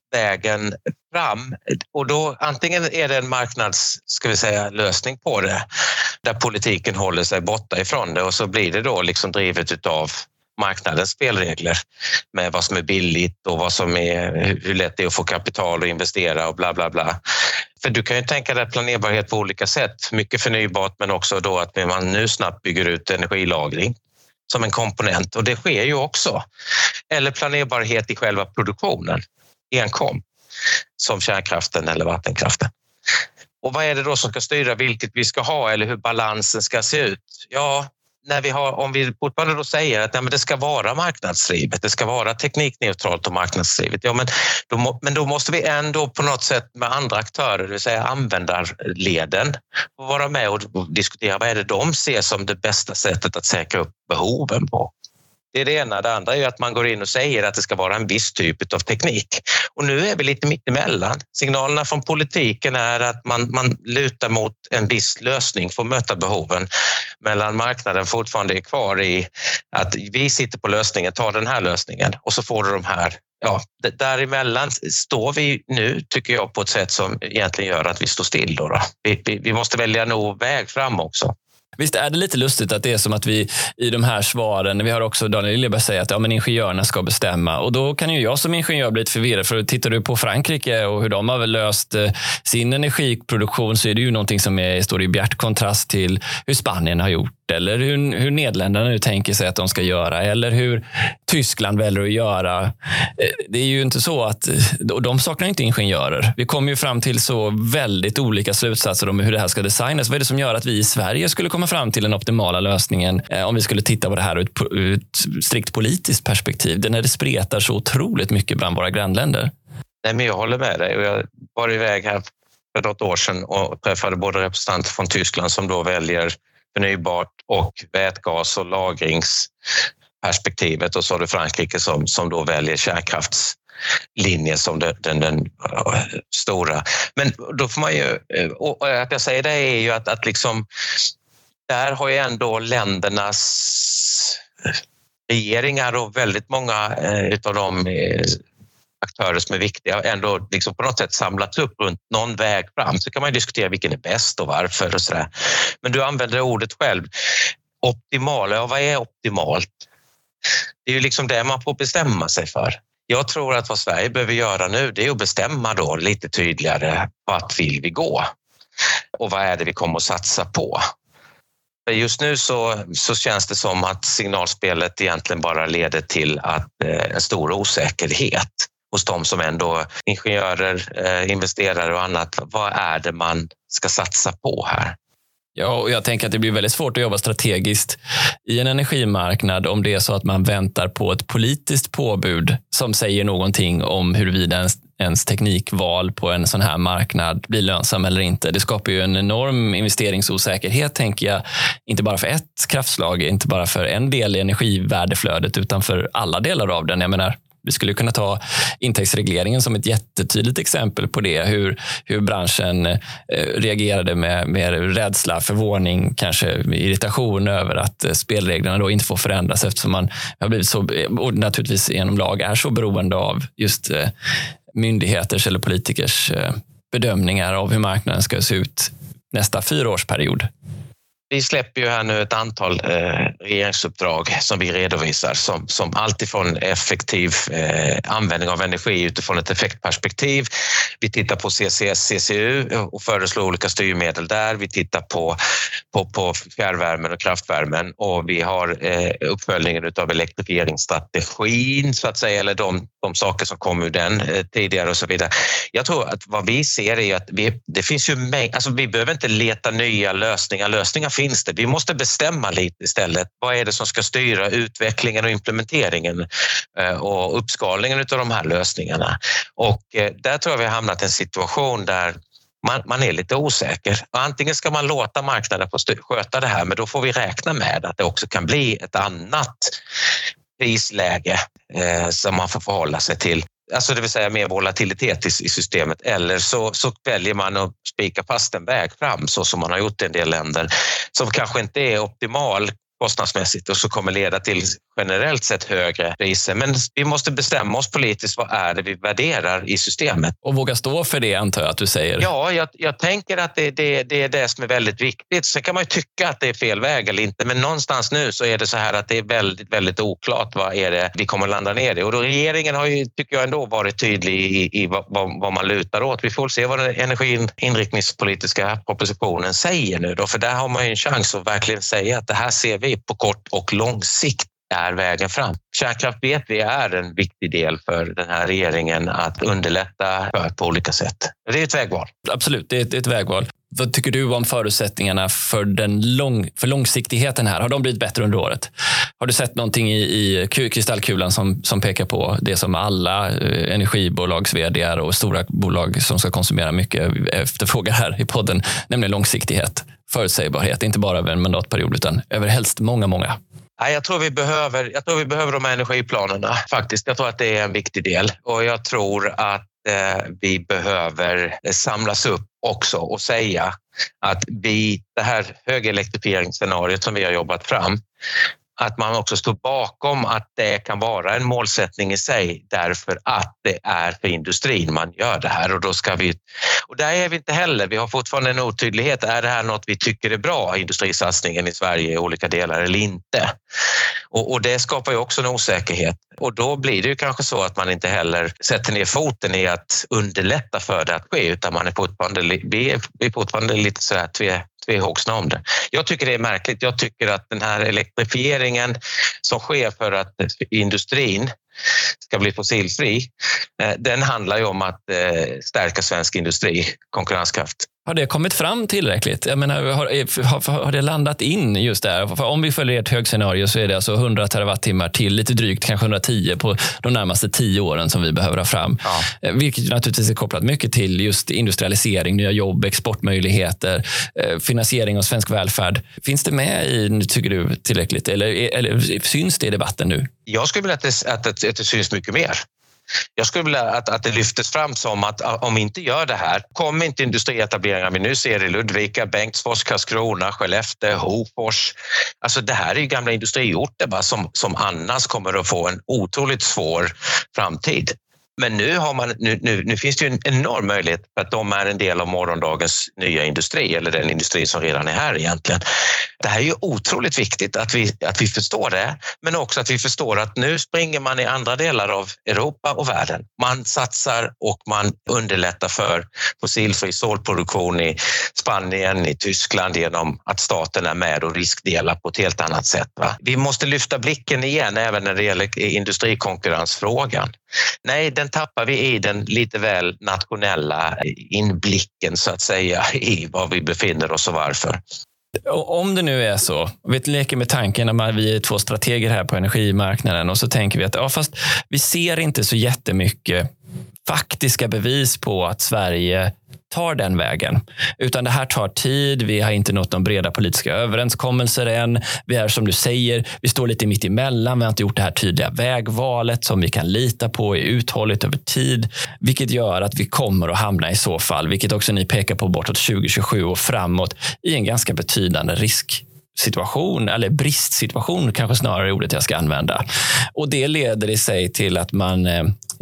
vägen fram. Och då antingen är det en marknads, ska vi säga, lösning på det, där politiken håller sig borta ifrån det, och så blir det då liksom drivet utav marknadens spelregler med vad som är billigt och vad som är, hur lätt det är att få kapital och investera och bla bla bla. För du kan ju tänka dig planerbarhet på olika sätt. Mycket förnybart, men också då att man nu snabbt bygger ut energilagring som en komponent, och det sker ju också. Eller planerbarhet i själva produktionen, enkom, som kärnkraften eller vattenkraften. Och vad är det då som ska styra vilket vi ska ha eller hur balansen ska se ut? Ja, när vi har, om vi fortfarande då säger att nej, men det ska vara marknadsdrivet, det ska vara teknikneutralt och marknadsdrivet, ja, men, då, men då måste vi ändå på något sätt med andra aktörer, det vill säga användarleden, vara med och diskutera vad är det de ser som det bästa sättet att säkra upp behoven på. Det är det ena. Det andra är att man går in och säger att det ska vara en viss typ av teknik. Och nu är vi lite mitt emellan. Signalerna från politiken är att man, man lutar mot en viss lösning för att möta behoven, medan marknaden fortfarande är kvar i att vi sitter på lösningen, tar den här lösningen och så får du de här. Ja, däremellan står vi nu, tycker jag, på ett sätt som egentligen gör att vi står still. Då då. Vi, vi, vi måste välja nog väg fram också. Visst är det lite lustigt att det är som att vi i de här svaren, vi har också Daniel Liljeberg säga att ja, men ingenjörerna ska bestämma, och då kan ju jag som ingenjör bli lite förvirrad, för tittar du på Frankrike och hur de har väl löst sin energiproduktion, så är det ju någonting som är, står i bjärt kontrast till hur Spanien har gjort, eller hur, hur Nederländerna nu tänker sig att de ska göra, eller hur Tyskland väljer att göra. Det är ju inte så att, och de saknar inte ingenjörer. Vi kommer ju fram till så väldigt olika slutsatser om hur det här ska designas. Vad är det som gör att vi i Sverige skulle komma fram till den optimala lösningen om vi skulle titta på det här ur ett, ur ett strikt politiskt perspektiv, det när det spretar så otroligt mycket bland våra grannländer? Nej, men jag håller med dig, och jag var iväg här för något år sedan och träffade både representanter från Tyskland som då väljer förnybart och vätgas och lagringsperspektivet, och så har du Frankrike som, som då väljer kärnkraftslinjen som den, den, den uh, stora. Men då får man ju, och att jag säger det är ju att, att liksom, där har ju ändå ländernas regeringar och väldigt många uh, utav de uh, aktörer som är viktiga ändå liksom på något sätt samlats upp runt någon väg fram. Så kan man ju diskutera vilken är bäst och varför och sådär. Men du använder ordet själv. Optimal, ja, vad är optimalt? Det är ju liksom det man får bestämma sig för. Jag tror att vad Sverige behöver göra nu, det är att bestämma då lite tydligare vart vill vi gå och vad är det vi kommer att satsa på. För just nu så, så känns det som att signalspelet egentligen bara leder till att eh, en stor osäkerhet hos de som ändå ingenjörer, eh, investerare och annat. Vad är det man ska satsa på här? Ja, och jag tänker att det blir väldigt svårt att jobba strategiskt i en energimarknad om det är så att man väntar på ett politiskt påbud som säger någonting om huruvida ens, ens teknikval på en sån här marknad blir lönsam eller inte. Det skapar ju en enorm investeringsosäkerhet, tänker jag, inte bara för ett kraftslag, inte bara för en del i energivärdeflödet, utan för alla delar av den. Jag menar, vi skulle kunna ta intäktsregleringen som ett jättetydligt exempel på det. Hur, hur branschen eh, reagerade med, med rädsla, förvåning, kanske irritation över att eh, spelreglerna då inte får förändras, eftersom man har blivit så, och naturligtvis genom lag är så beroende av just eh, myndigheters eller politikers eh, bedömningar av hur marknaden ska se ut nästa fyraårsperiod. Vi släpper ju här nu ett antal eh, regeringsuppdrag som vi redovisar som, som alltifrån effektiv eh, användning av energi utifrån ett effektperspektiv. Vi tittar på C C S, C C U och föreslår olika styrmedel där. Vi tittar på, på, på fjärrvärmen och kraftvärmen, och vi har eh, uppföljningen av elektrifieringsstrategin så att säga, eller de, de saker som kom ur den eh, tidigare och så vidare. Jag tror att vad vi ser är att vi, det finns ju mäng- alltså vi behöver inte leta nya lösningar. Lösningar finns det. Vi måste bestämma lite istället. Vad är det som ska styra utvecklingen och implementeringen och uppskalningen av de här lösningarna? Och där tror jag vi har hamnat i en situation där man, man är lite osäker. Antingen ska man låta marknaden få styr- sköta det här, men då får vi räkna med att det också kan bli ett annat prisläge eh, som man får förhålla sig till. Alltså det vill säga mer volatilitet i, i systemet, eller så, så väljer man att spika fast en väg fram så som man har gjort i en del länder som kanske inte är optimal kostnadsmässigt och så kommer leda till generellt sett högre priser. Men vi måste bestämma oss politiskt, vad är det vi värderar i systemet. Och våga stå för det, antar jag att du säger. Ja, jag, jag tänker att det, det, det är det som är väldigt viktigt. Sen kan man ju tycka att det är fel väg eller inte, men någonstans nu så är det så här att det är väldigt, väldigt oklart vad är det vi kommer landa ner i. Och då regeringen har ju, tycker jag ändå, varit tydlig i, i vad, vad man lutar åt. Vi får se vad den energiinriktningspolitiska propositionen säger nu då, för där har man ju en chans att verkligen säga att det här ser vi på kort och lång sikt är vägen fram. Kärnkraft vet vi är en viktig del för den här regeringen att underlätta för på olika sätt. Det är ett vägval. Absolut, det är ett, ett vägval. Vad tycker du om förutsättningarna för, den lång, för långsiktigheten här? Har de blivit bättre under året? Har du sett någonting i, i kristallkulan som, som pekar på det som alla eh, energibolags vd:ar och stora bolag som ska konsumera mycket efterfrågar här i podden, nämligen långsiktighet, förutsägbarhet, inte bara över en mandatperiod utan över helst många, många? Nej, jag tror vi behöver, jag tror vi behöver de här energiplanerna faktiskt. Jag tror att det är en viktig del och jag tror att eh, vi behöver samlas upp också och säga att vi, det här högelektrifieringsscenariot som vi har jobbat fram, att man också står bakom att det kan vara en målsättning i sig därför att det är för industrin man gör det här. Och då ska vi, och där är vi inte heller. Vi har fortfarande en otydlighet. Är det här något vi tycker är bra, industrisatsningen i Sverige i olika delar eller inte? Och, och det skapar ju också en osäkerhet. Och då blir det ju kanske så att man inte heller sätter ner foten i att underlätta för det att ske, utan man är fortfarande, vi är, vi är fortfarande lite sådär tve, tvehågsna om det. Jag tycker det är märkligt. Jag tycker att den här elektrifieringen som sker för att industrin ska bli fossilfri, den handlar ju om att stärka svensk industri, konkurrenskraft. Har det kommit fram tillräckligt? Jag menar, har, har, har det landat in just där? För om vi följer ett högscenario så är det alltså hundra terawattimmar till, lite drygt, kanske hundratio på de närmaste tio åren som vi behöver ha fram. Ja. Vilket naturligtvis är kopplat mycket till just industrialisering, nya jobb, exportmöjligheter, finansiering av svensk välfärd. Finns det med i, tycker du, tillräckligt? Eller, eller syns det i debatten nu? Jag skulle vilja att det, att det, att det syns mycket mer. Jag skulle vilja att, att det lyftes fram som att om vi inte gör det här, kommer inte industrietableringar vi nu ser i Ludvika, Bengtsfors, Karlskrona, Skellefteå, Hofors. Alltså det här är ju gamla industriorter va, som, som annars kommer att få en otroligt svår framtid. Men nu, har man, nu, nu, nu finns det ju en enorm möjlighet för att de är en del av morgondagens nya industri, eller den industri som redan är här egentligen. Det här är ju otroligt viktigt att vi, att vi förstår det, men också att vi förstår att nu springer man i andra delar av Europa och världen. Man satsar och man underlättar för fossilfri stålproduktion i Spanien, i Tyskland genom att staten är med och riskdelar på ett helt annat sätt. Va? Vi måste lyfta blicken igen även när det gäller industrikonkurrensfrågan. Nej, den tappar vi i den lite väl nationella inblicken så att säga i var vi befinner oss och varför. Om det nu är så, vi leker med tanken när vi är två strateger här på energimarknaden och så tänker vi att ja, fast vi ser inte så jättemycket faktiska bevis på att Sverige tar den vägen. Utan det här tar tid, vi har inte nått de breda politiska överenskommelser än. Vi är som du säger, vi står lite mitt emellan, vi har inte gjort det här tydliga vägvalet som vi kan lita på är uthålligt över tid. Vilket gör att vi kommer att hamna i så fall, vilket också ni pekar på bortåt tjugo tjugosju och framåt, i en ganska betydande risk. Situation, eller bristsituation kanske snarare är ordet jag ska använda. Och det leder i sig till att man eh,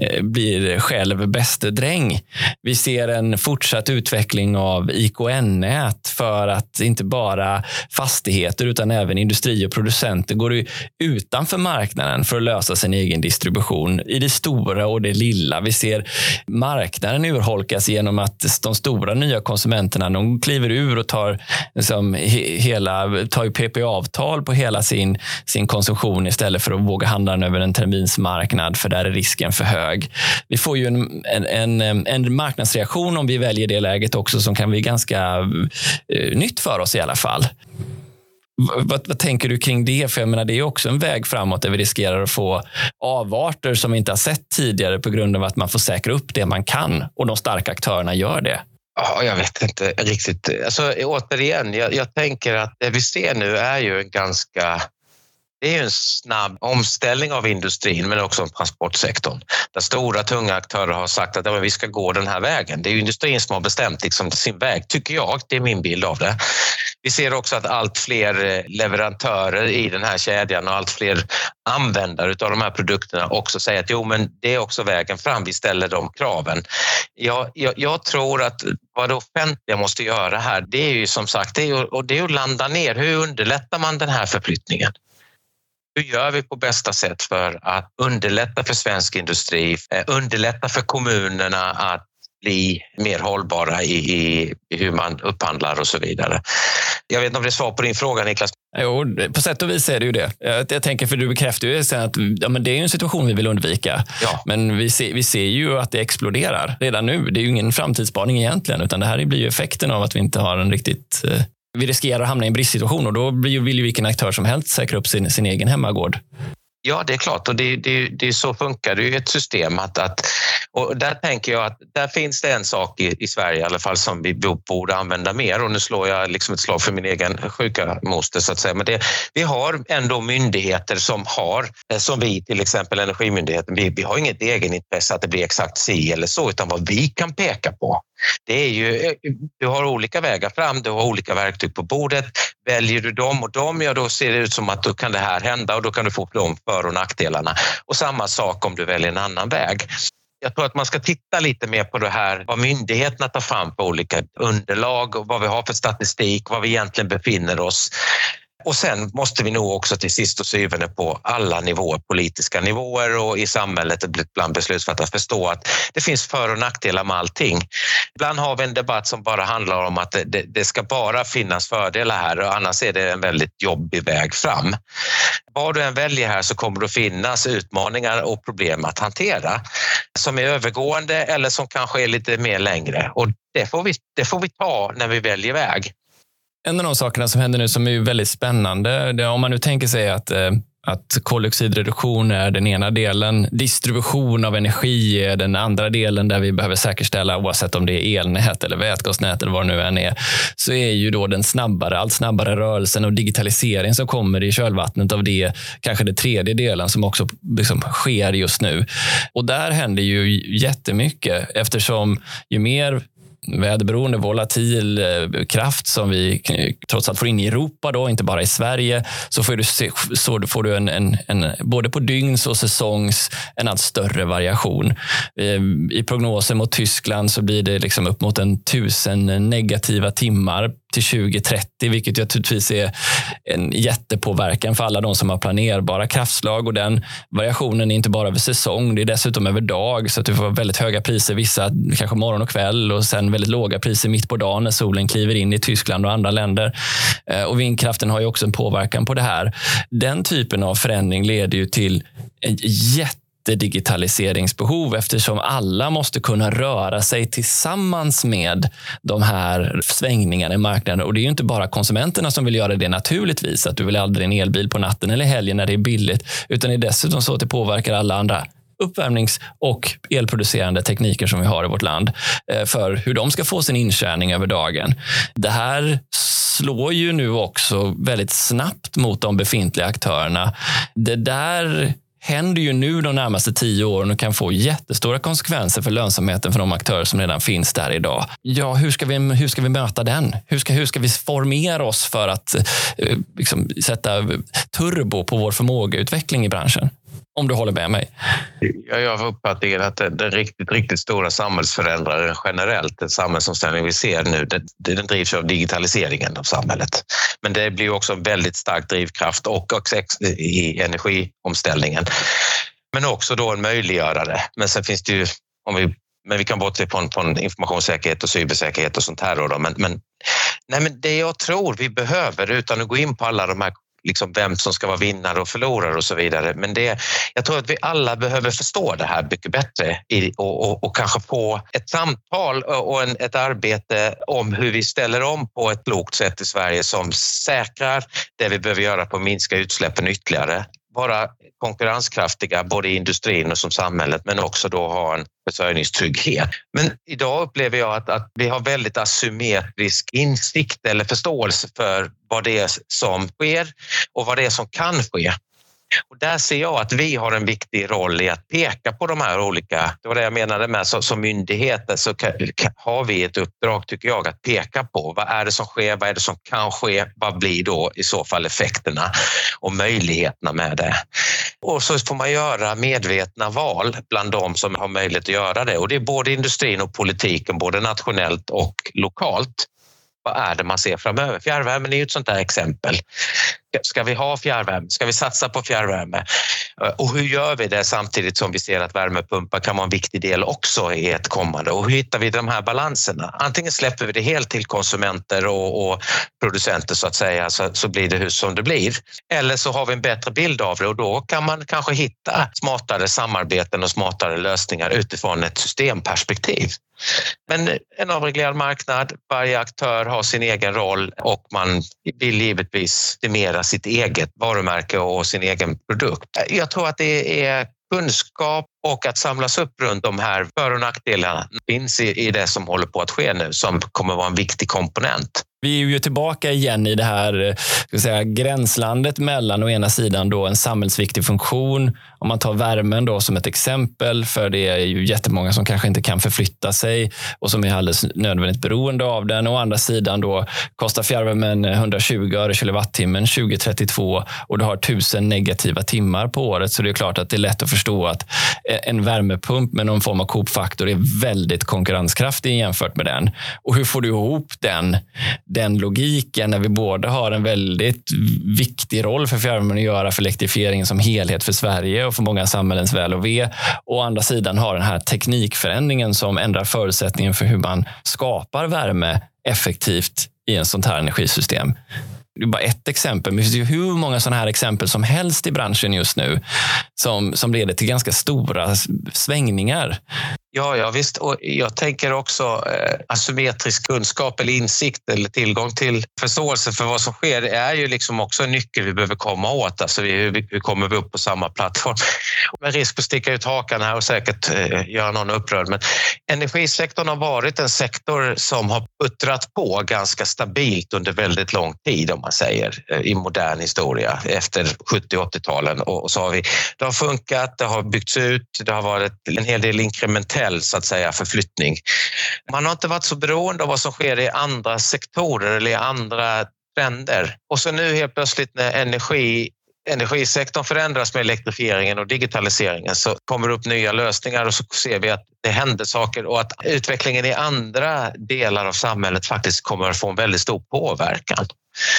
blir själv bäste dräng. Vi ser en fortsatt utveckling av I K N-nät för att inte bara fastigheter utan även industri och producenter går utanför marknaden för att lösa sin egen distribution i det stora och det lilla. Vi ser marknaden urholkas genom att de stora nya konsumenterna de kliver ur och tar liksom, he- hela tar P P-avtal på hela sin, sin konsumtion istället för att våga handla den över en terminsmarknad för där är risken för hög. Vi får ju en, en, en, en marknadsreaktion om vi väljer det läget också som kan bli ganska eh, nytt för oss i alla fall. V- vad, vad tänker du kring det? För jag menar, det är också en väg framåt där vi riskerar att få avarter som vi inte har sett tidigare på grund av att man får säkra upp det man kan och de starka aktörerna gör det. Ja, jag vet inte riktigt. Alltså, återigen, jag, jag tänker att det vi ser nu är ju en ganska Det är ju en snabb omställning av industrin men också transportsektorn. Där stora tunga aktörer har sagt att ja, vi ska gå den här vägen. Det är ju industrin som har bestämt liksom sin väg, tycker jag. Det är min bild av det. Vi ser också att allt fler leverantörer i den här kedjan och allt fler användare av de här produkterna också säger att jo, men det är också vägen fram. Vi ställer de kraven. Jag, jag, jag tror att vad det offentliga måste göra här, det är ju som sagt, det är ju, och det är att landa ner. Hur underlättar man den här förflyttningen? Hur gör vi på bästa sätt för att underlätta för svensk industri, underlätta för kommunerna att bli mer hållbara i, i, i hur man upphandlar och så vidare. Jag vet inte om det är svar på din fråga, Niklas. Jo, på sätt och vis är det ju det. Jag, jag tänker, för du bekräftar ju sen att ja, men det är en situation vi vill undvika. Ja. Men vi ser, vi ser ju att det exploderar redan nu. Det är ju ingen framtidsspaning egentligen, utan det här blir ju effekten av att vi inte har en riktigt... Eh, vi riskerar att hamna i en bristsituation och då vill ju vilken aktör som helst säkra upp sin, sin egen hemmagård. Ja, det är klart, och det, det, det så funkar det ju ett system att, att och där tänker jag att där finns det en sak i, i Sverige i alla fall som vi borde använda mer, och nu slår jag liksom ett slag för min egen sjuka moster så att säga, men det, vi har ändå myndigheter som har, som vi till exempel Energimyndigheten, vi, vi har inget egen intresse att det blir exakt si eller så, utan vad vi kan peka på. Det är ju, du har olika vägar fram, du har olika verktyg på bordet. Väljer du dem och dem, ja då ser det ut som att då kan det här hända och då kan du få de för- och nackdelarna. Och samma sak om du väljer en annan väg. Jag tror att man ska titta lite mer på det här, vad myndigheterna tar fram på olika underlag och vad vi har för statistik, vad vi egentligen befinner oss. Och sen måste vi nog också till sist och syvende på alla nivåer, politiska nivåer och i samhället bland beslutsfattare förstå att det finns för- och nackdelar med allting. Ibland har vi en debatt som bara handlar om att det, det ska bara finnas fördelar här och annars är det en väldigt jobbig väg fram. Vad du än väljer här så kommer det att finnas utmaningar och problem att hantera som är övergående eller som kanske är lite mer längre. Och det får vi, det får vi ta när vi väljer väg. En av de sakerna som händer nu som är väldigt spännande, det är om man nu tänker sig att, att koldioxidreduktion är den ena delen, distribution av energi är den andra delen där vi behöver säkerställa, oavsett om det är elnät eller vätgasnät eller vad det nu än är, så är ju då den snabbare, allt snabbare rörelsen och digitalisering som kommer i kölvattnet av det, kanske det tredje delen som också liksom sker just nu. Och där händer ju jättemycket eftersom ju mer väderberoende volatil kraft som vi trots allt får in i Europa då, inte bara i Sverige, så får du, se, så får du en, en, en både på dygns och säsongs en allt större variation. I prognosen mot Tyskland så blir det liksom upp mot en tusen negativa timmar till tjugo trettio, vilket naturligtvis är en jättepåverkan för alla de som har planerbara kraftslag, och den variationen är inte bara över säsong, det är dessutom över dag, så att du får väldigt höga priser vissa, kanske morgon och kväll, och sen väldigt låga priser mitt på dagen när solen kliver in i Tyskland och andra länder. Och vindkraften har ju också en påverkan på det här. Den typen av förändring leder ju till en jätte digitaliseringsbehov eftersom alla måste kunna röra sig tillsammans med de här svängningarna i marknaden. Och det är ju inte bara konsumenterna som vill göra det naturligtvis, att du vill aldrig en elbil på natten eller helgen när det är billigt, utan det är dessutom så att det påverkar alla andra uppvärmnings- och elproducerande tekniker som vi har i vårt land för hur de ska få sin intjäning över dagen. Det här slår ju nu också väldigt snabbt mot de befintliga aktörerna. Det där händer ju nu de närmaste tio åren och kan få jättestora konsekvenser för lönsamheten för de aktörer som redan finns där idag. Ja, hur ska vi, hur ska vi möta den? Hur ska, hur ska vi formera oss för att eh, liksom, sätta turbo på vår förmågeutveckling i branschen? Om du håller med mig. Jag har uppfattningen att den riktigt, riktigt stora samhällsförändringen generellt, den samhällsomställning vi ser nu, den, den drivs av digitaliseringen av samhället. Men det blir också en väldigt stark drivkraft och också i energiomställningen. Men också då en möjliggörare. Men sen finns det ju, om vi, men vi kan bortse från, från informationssäkerhet och cybersäkerhet och sånt här då. Men, men, nej, men det jag tror vi behöver, utan att gå in på alla de här liksom vem som ska vara vinnare och förlorare och så vidare. Men det, jag tror att vi alla behöver förstå det här mycket bättre i, och, och, och kanske få ett samtal och en, ett arbete om hur vi ställer om på ett klokt sätt i Sverige som säkrar det vi behöver göra på att minska utsläppen ytterligare. Vara konkurrenskraftiga både i industrin och som samhället, men också då ha en försörjningstrygghet. Men idag upplever jag att, att vi har väldigt asymmetrisk insikt eller förståelse för vad det är som sker och vad det är som kan ske. Och där ser jag att vi har en viktig roll i att peka på de här olika, det var det jag menade med, så, som myndigheter så kan, kan, har vi ett uppdrag tycker jag att peka på vad är det som sker, vad är det som kan ske, vad blir då i så fall effekterna och möjligheterna med det. Och så får man göra medvetna val bland de som har möjlighet att göra det, och det är både industrin och politiken, både nationellt och lokalt. Vad är det man ser framöver? Fjärrvärmen är ju ett sånt där exempel. Ska vi ha fjärrvärme? Ska vi satsa på fjärrvärme? Och hur gör vi det samtidigt som vi ser att värmepumpar kan vara en viktig del också i ett kommande? Och hur hittar vi de här balanserna? Antingen släpper vi det helt till konsumenter och, och producenter så att säga, så, så blir det hur som det blir. Eller så har vi en bättre bild av det och då kan man kanske hitta smartare samarbeten och smartare lösningar utifrån ett systemperspektiv. Men en avreglerad marknad, varje aktör har sin egen roll och man vill givetvis stimulera sitt eget varumärke och sin egen produkt. Jag tror att det är kunskap och att samlas upp runt de här för- och nackdelarna finns i, i det som håller på att ske nu som kommer vara en viktig komponent. Vi är ju tillbaka igen i det här ska säga, gränslandet mellan å ena sidan då en samhällsviktig funktion, om man tar värmen då som ett exempel, för det är ju jättemånga som kanske inte kan förflytta sig och som är alldeles nödvändigt beroende av den. Och å andra sidan då kostar fjärrvärmen hundratjugo öre kilowattimmen tjugo trettiotvå och du har tusen negativa timmar på året, så det är klart att det är lätt att förstå att en värmepump med någon form av kopfaktor är väldigt konkurrenskraftig jämfört med den. Och hur får du ihop den den logiken när vi både har en väldigt viktig roll för fjärrvärmen att göra för elektrifieringen som helhet för Sverige och för många samhällens väl och ve, och å andra sidan har den här teknikförändringen som ändrar förutsättningen för hur man skapar värme effektivt i en sånt här energisystem. Det är bara ett exempel, men det finns ju hur många sådana här exempel som helst i branschen just nu som, som leder till ganska stora svängningar. Ja, ja visst. Och jag tänker också eh, asymmetrisk kunskap eller insikt eller tillgång till förståelse för vad som sker. Det är ju liksom också en nyckel vi behöver komma åt. Alltså vi, hur, hur kommer vi upp på samma plattform? Med risk att sticka ut hakan här och säkert eh, göra någon upprörd. Men energisektorn har varit en sektor som har puttrat på ganska stabilt under väldigt lång tid om man säger eh, i modern historia efter sjuttio- och åttio-talen. Och, och så har vi, det har funkat, det har byggts ut, det har varit en hel del inkrementell så att säga förflyttning. Man har inte varit så beroende av vad som sker i andra sektorer eller i andra trender. Och så nu helt plötsligt när energi, energisektorn förändras med elektrifieringen och digitaliseringen så kommer det upp nya lösningar och så ser vi att det händer saker och att utvecklingen i andra delar av samhället faktiskt kommer att få en väldigt stor påverkan.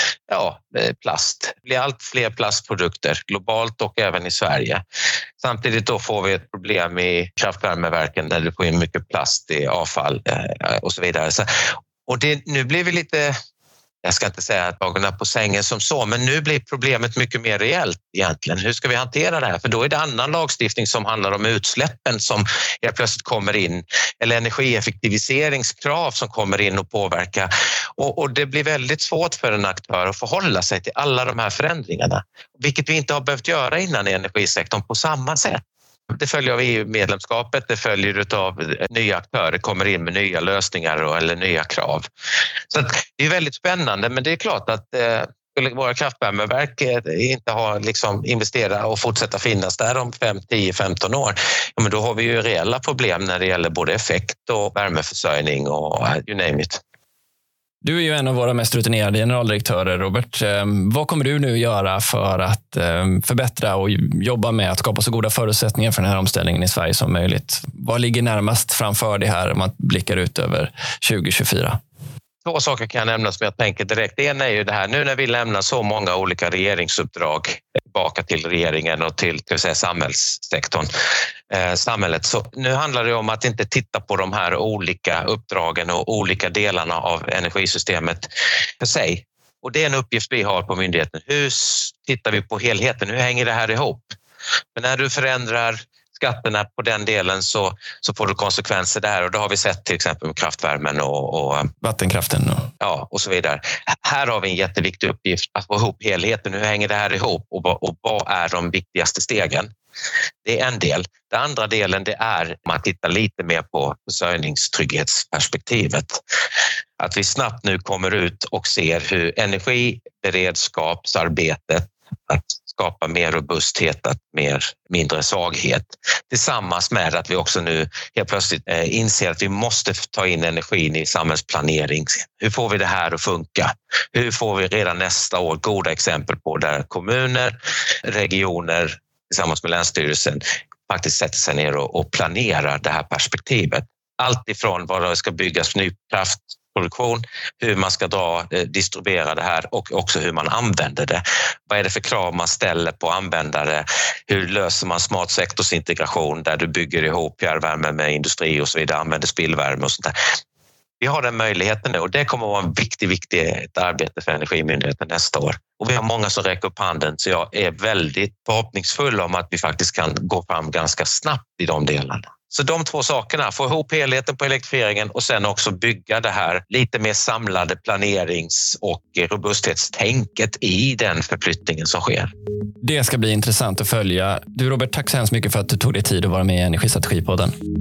Ja, plast. Det blir allt fler plastprodukter globalt och även i Sverige. Samtidigt då får vi ett problem i kraftvärmeverken där det får in mycket plast i avfall och så vidare. Och det, nu blir vi lite, jag ska inte säga att dagarna på sängen som så, men nu blir problemet mycket mer reellt egentligen. Hur ska vi hantera det här? För då är det annan lagstiftning som handlar om utsläppen som helt plötsligt kommer in, eller energieffektiviseringskrav som kommer in och påverkar. Och, och det blir väldigt svårt för en aktör att förhålla sig till alla de här förändringarna, vilket vi inte har behövt göra innan i energisektorn på samma sätt. Det följer av E U-medlemskapet, det följer av nya aktörer kommer in med nya lösningar eller nya krav. Så att det är väldigt spännande, men det är klart att eh, skulle våra kraftvärmeverk inte ha liksom investerat och fortsätta finnas där om fem, tio, femton år, ja, men då har vi ju reella problem när det gäller både effekt och värmeförsörjning och you name it. Du är ju en av våra mest rutinerade generaldirektörer, Robert. Vad kommer du nu göra för att förbättra och jobba med att skapa så goda förutsättningar för den här omställningen i Sverige som möjligt? Vad ligger närmast framför dig här om man blickar ut över tjugo tjugofyra? Två saker kan jag nämna som jag tänker direkt. Det ena är ju det här, nu när vi lämnar så många olika regeringsuppdrag tillbaka till regeringen och till, till säga, samhällssektorn, eh, samhället. Så nu handlar det om att inte titta på de här olika uppdragen och olika delarna av energisystemet för sig. Och det är en uppgift vi har på myndigheten. Hur tittar vi på helheten? Hur hänger det här ihop? Men när du förändrar skatterna på den delen så, så får du konsekvenser där, och det har vi sett till exempel med kraftvärmen och, och vattenkraften och. Ja, och så vidare. Här har vi en jätteviktig uppgift att få ihop helheten. Hur hänger det här ihop och, och vad är de viktigaste stegen? Det är en del. Den andra delen det är att man tittar lite mer på försörjningstrygghetsperspektivet. Att vi snabbt nu kommer ut och ser hur energiberedskapsarbetet, att skapa mer robusthet, att mer, mindre svaghet. Tillsammans med att vi också nu helt plötsligt eh, inser att vi måste ta in energin i samhällsplanering. Hur får vi det här att funka? Hur får vi redan nästa år goda exempel på där kommuner, regioner tillsammans med Länsstyrelsen faktiskt sätter sig ner och, och planerar det här perspektivet. Allt ifrån vad det ska byggas ny kraftproduktion, hur man ska dra, distribuera det här och också hur man använder det. Vad är det för krav man ställer på användare? Hur löser man smart sektorsintegration där du bygger ihop fjärrvärme med industri och så vidare, använder spillvärme och sånt där. Vi har den möjligheten nu och det kommer att vara en viktig, viktigt arbete för Energimyndigheten nästa år. Och vi har många som räcker upp handen, så jag är väldigt förhoppningsfull om att vi faktiskt kan gå fram ganska snabbt i de delarna. Så de två sakerna, få ihop helheten på elektrifieringen och sen också bygga det här lite mer samlade planerings- och robusthetstänket i den förflyttningen som sker. Det ska bli intressant att följa. Du Robert, tack så hemskt mycket för att du tog dig tid att vara med i Energistrategipodden.